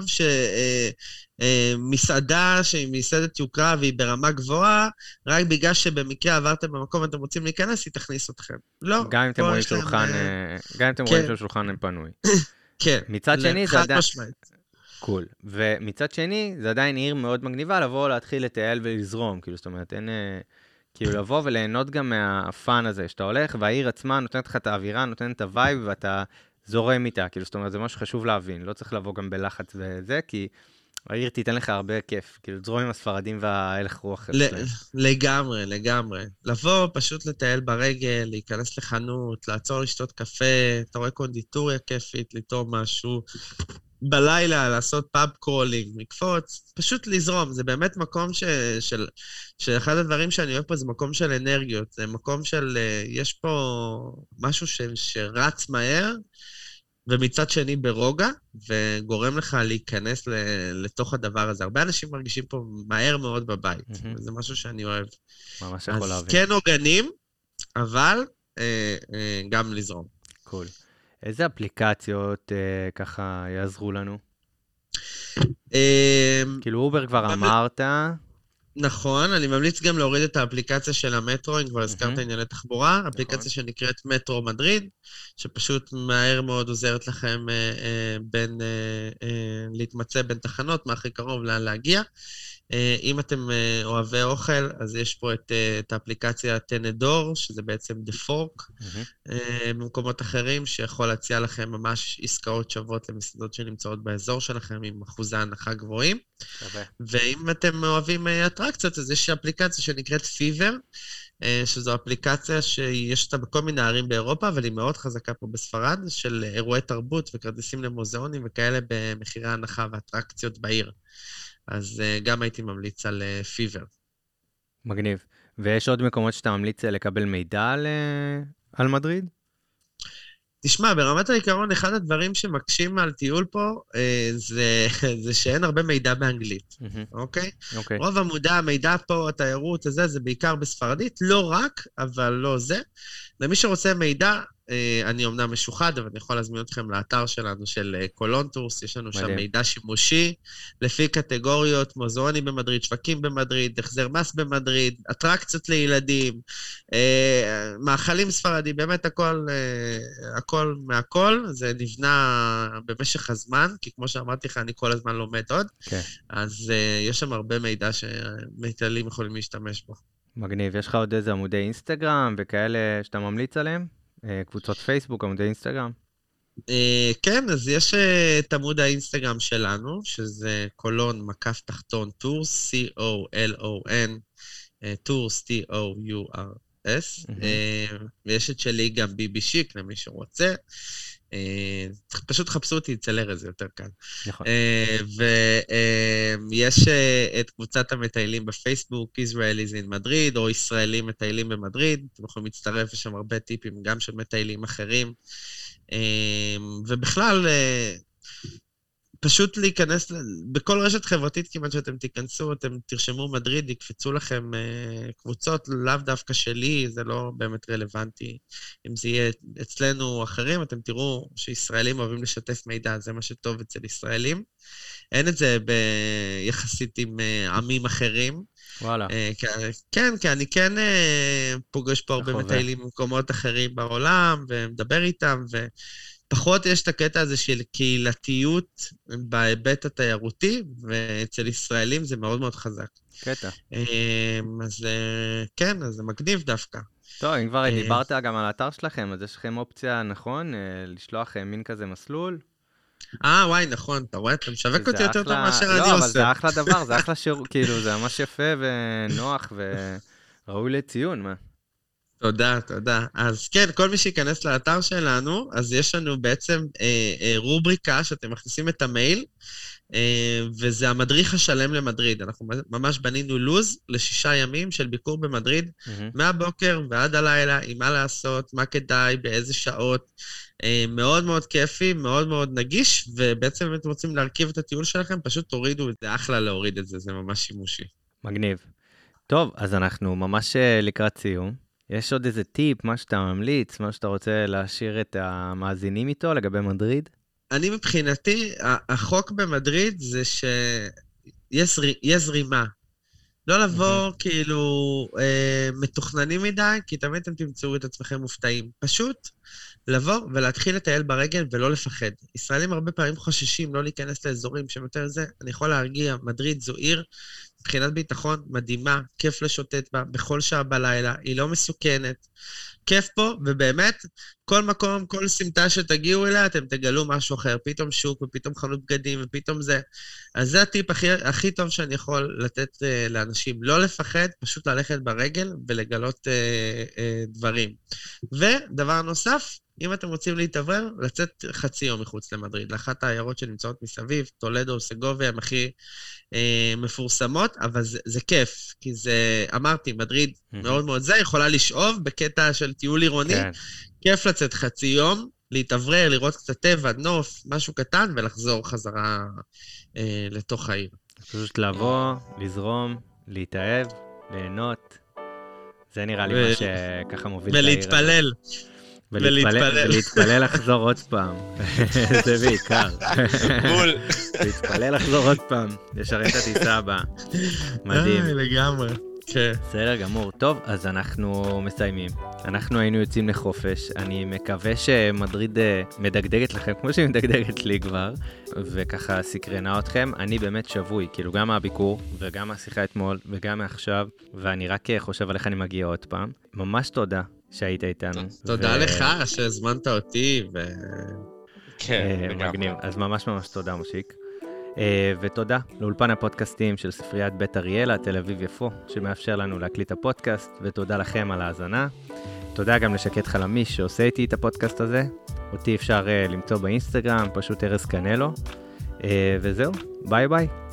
שמסעדה שהיא מסעדת יוקרה והיא ברמה גבוהה, רק בגלל שבמקרה עברתם במקום ואתם רוצים להיכנס, היא תכניס אתכם. לא. גם אם אתם פה רואים יש להם, שולחן, אה, אה, גם אם אתם כן. רואים שהשולחן פנוי. כן. מצד שני, זה חד עדיין... משמעית. קול. ומצד שני, זה עדיין עיר מאוד מגניבה לבוא, להתחיל לטייל ולזרום. כאילו, זאת אומרת, אין... אה, כאילו, לבוא וליהנות גם מהפן הזה, שאתה הולך, והעיר עצמה נותנת לך את האווירה, נותנת את הווייב, ואתה זורם איתה. כאילו, זאת אומרת, זה משהו שחשוב להבין. לא צריך לבוא גם בלחץ וזה, כי העיר תיתן לך הרבה כיף. כאילו, זרום עם הספרדים וההלך רוח ל- שלהם. לגמרי, לגמרי. לבוא, פשוט לטייל ברגל, להיכנס לחנות, לעצור לשתות קפה, אתה רואה קונדיטוריה כיפית, לטעום משהו. בלילה לעשות פאב קרולינג, מקפוץ, פשוט לזרום. זה באמת מקום ש, של, שאחד הדברים שאני אוהב פה זה מקום של אנרגיות. זה מקום של, יש פה משהו ש, שרץ מהר, ומצד שני ברוגע, וגורם לך להיכנס לתוך הדבר הזה. הרבה אנשים מרגישים פה מהר מאוד בבית, mm-hmm. וזה משהו שאני אוהב. ממש יכול להבין. אז כן עוגנים, אבל אה, אה, גם לזרום. קול. איזה אפליקציות אה, ככה יעזרו לנו? אה, כאילו אובר כבר אמרת. נכון, אני ממליץ גם להוריד את האפליקציה של המטרו, אם כבר הזכרת ענייני תחבורה, אפליקציה שנקראת מטרו מדריד, שפשוט מהר מאוד עוזרת לכם בין, להתמצא בין תחנות, מה הכי קרוב לאן להגיע. אם אתם אוהבי אוכל, אז יש פה את, את האפליקציה טנדור, שזה בעצם The Fork, במקומות אחרים, שיכול להציע לכם ממש עסקאות שוות למסעדות שנמצאות באזור שלכם, עם אחוזי הנחה גבוהים. ואם אתם אוהבים אטרקציות, אז יש אפליקציה שנקראת פיבר, שזו אפליקציה שיש אותה בכל מיני ערים באירופה, אבל היא מאוד חזקה פה בספרד, של אירועי תרבות וכרטיסים למוזיאונים וכאלה במחירי הנחה ואטרקציות בעיר. אז גם הייתי ממליץ על פיבר. מגניב. ויש עוד מקומות שאתה ממליץ לקבל מידע על, על מדריד? תשמע, ברמת העיקרון, אחד הדברים שמקשים על טיול פה, זה, זה שאין הרבה מידע באנגלית, אוקיי? אוקיי. רוב המודע, המידע פה, התיירות הזה, זה בעיקר בספרדית, לא רק, אבל לא זה. למי שרוצה מידע, אני אומנם משוחד, אבל אני יכול להזמין אתכם לאתר שלנו של קולון טורס, יש לנו שם מידע שימושי, לפי קטגוריות, מוזיאונים במדריד, שווקים במדריד, החזר מס במדריד, אטרקציות לילדים, מאכלים ספרדי, באמת הכל, הכל מהכל, זה נבנה במשך הזמן, כי כמו שאמרתי לך, אני כל הזמן לומד עוד, אז יש שם הרבה מידע שמטיילים יכולים להשתמש בו. מגניב, יש לך עוד איזה עמודי אינסטגרם וכאלה שאתה ממליץ עליהם? קבוצות פייסבוק, עמודי אינסטגרם? כן, אז יש את עמוד האינסטגרם שלנו, שזה קולון מקף תחתון טורס, C-O-L-O-N, טורס, T-O-U-R-S, ויש את שלי גם ביבי שיק, למי שרוצה. פשוט חפשו אותי אצל ארז, זה יותר קל. נכון. ויש את קבוצת המטיילים בפייסבוק, Israelis in Madrid, או ישראלים מטיילים במדריד, אתם יכולים להצטרף, יש שם הרבה טיפים גם של מטיילים אחרים. ובכלל, פשוט להיכנס, בכל רשת חברתית כמעט שאתם תיכנסו, אתם תרשמו מדריד, יקפצו לכם קבוצות, לאו דווקא שלי, זה לא באמת רלוונטי. אם זה יהיה אצלנו או אחרים, אתם תראו שישראלים אוהבים לשתף מידע, זה מה שטוב אצל ישראלים. אין את זה ביחסית עם עמים אחרים. וואלה. כן, כי אני כן פוגש פה הרבה מטיילים במקומות אחרים בעולם, ומדבר איתם, ו... פחות יש את הקטע הזה של קהילתיות בהיבט התיירותי, ואצל ישראלים זה מאוד מאוד חזק. קטע. אז כן, אז זה מגניב דווקא. טוב, אם כבר דיברת גם על האתר שלכם, אז יש לכם אופציה, נכון, לשלוח מין כזה מסלול? אה, וואי, נכון, אתה רואה, אתה משווק אותי יותר טוב מאשר אני עושה. לא, אבל זה אחלה דבר, זה אחלה שירות, כאילו, זה ממש יפה ונוח וראוי לציון, מה? תודה, תודה. אז כן, כל מי שיכנס לאתר שלנו, אז יש לנו בעצם אה, אה, רובריקה שאתם מכניסים את המייל, אה, וזה המדריך השלם למדריד. אנחנו ממש בנינו לוז לשישה ימים של ביקור במדריד, mm-hmm. מהבוקר ועד הלילה, עם מה לעשות, מה כדאי, באיזה שעות. אה, מאוד מאוד כיפי, מאוד מאוד נגיש, ובעצם אם אתם רוצים להרכיב את הטיול שלכם, פשוט תורידו את זה, אחלה להוריד את זה, זה ממש שימושי. מגניב. טוב, אז אנחנו ממש לקראת סיום. יש עוד איזה טיפ, מה שאתה ממליץ, מה שאתה רוצה להשאיר את המאזינים איתו לגבי מדריד? אני מבחינתי, החוק במדריד זה שיש זרימה. לא לבוא כאילו אה, מתוכננים מדי, כי תמיד אתם תמצאו את עצמכם מופתעים. פשוט לבוא ולהתחיל לטייל ברגל ולא לפחד. ישראלים הרבה פעמים חוששים לא להיכנס לאזורים שהם יותר זה. אני יכול להרגיע, מדריד זו עיר, מבחינת ביטחון מדהימה, כיף לשוטט בה, בכל שעה בלילה, היא לא מסוכנת. כיף פה, ובאמת, כל מקום, כל סמטה שתגיעו אליה, אתם תגלו משהו אחר, פתאום שוק, ופתאום חנות בגדים, ופתאום זה. אז זה הטיפ הכי, הכי טוב שאני יכול לתת uh, לאנשים. לא לפחד, פשוט ללכת ברגל ולגלות uh, uh, דברים. ודבר נוסף, אם אתם רוצים להתאוורר, לצאת חצי יום מחוץ למדריד, לאחת העיירות שנמצאות מסביב, טולדו, סגוביה, הם הכי אה, מפורסמות, אבל זה, זה כיף, כי זה, אמרתי, מדריד mm-hmm. מאוד מאוד זה, יכולה לשאוב בקטע של טיול עירוני, כן. כיף לצאת חצי יום, להתאוורר, לראות קצת טבע, נוף, משהו קטן, ולחזור חזרה אה, לתוך העיר. פשוט לבוא, לזרום, להתאהב, ליהנות, זה נראה לי ו... מה שככה מוביל את העיר. ולהתפלל. ולהתפלל. ולהתפלל לחזור עוד פעם. זה בעיקר. בול. להתפלל לחזור עוד פעם. לשרת את הטיסה הבאה. מדהים. לגמרי. כן. בסדר גמור. טוב, אז אנחנו מסיימים. אנחנו היינו יוצאים לחופש. אני מקווה שמדריד מדגדגת לכם, כמו שהיא מדגדגת לי כבר, וככה סקרנה אתכם. אני באמת שבוי, כאילו גם מהביקור, וגם מהשיחה אתמול, וגם מעכשיו, ואני רק חושב על איך אני מגיע עוד פעם. ממש תודה שהיית איתנו. תודה לך שהזמנת אותי, ו... כן, מגניב. אז ממש ממש תודה, מושיק. ותודה לאולפן הפודקאסטים של ספריית בית אריאלה, תל אביב יפו, שמאפשר לנו להקליט הפודקאסט, ותודה לכם על ההאזנה. תודה גם לשקט חלמיש שעושה איתי את הפודקאסט הזה. אותי אפשר למצוא באינסטגרם, פשוט ארז קנלו. וזהו, ביי ביי.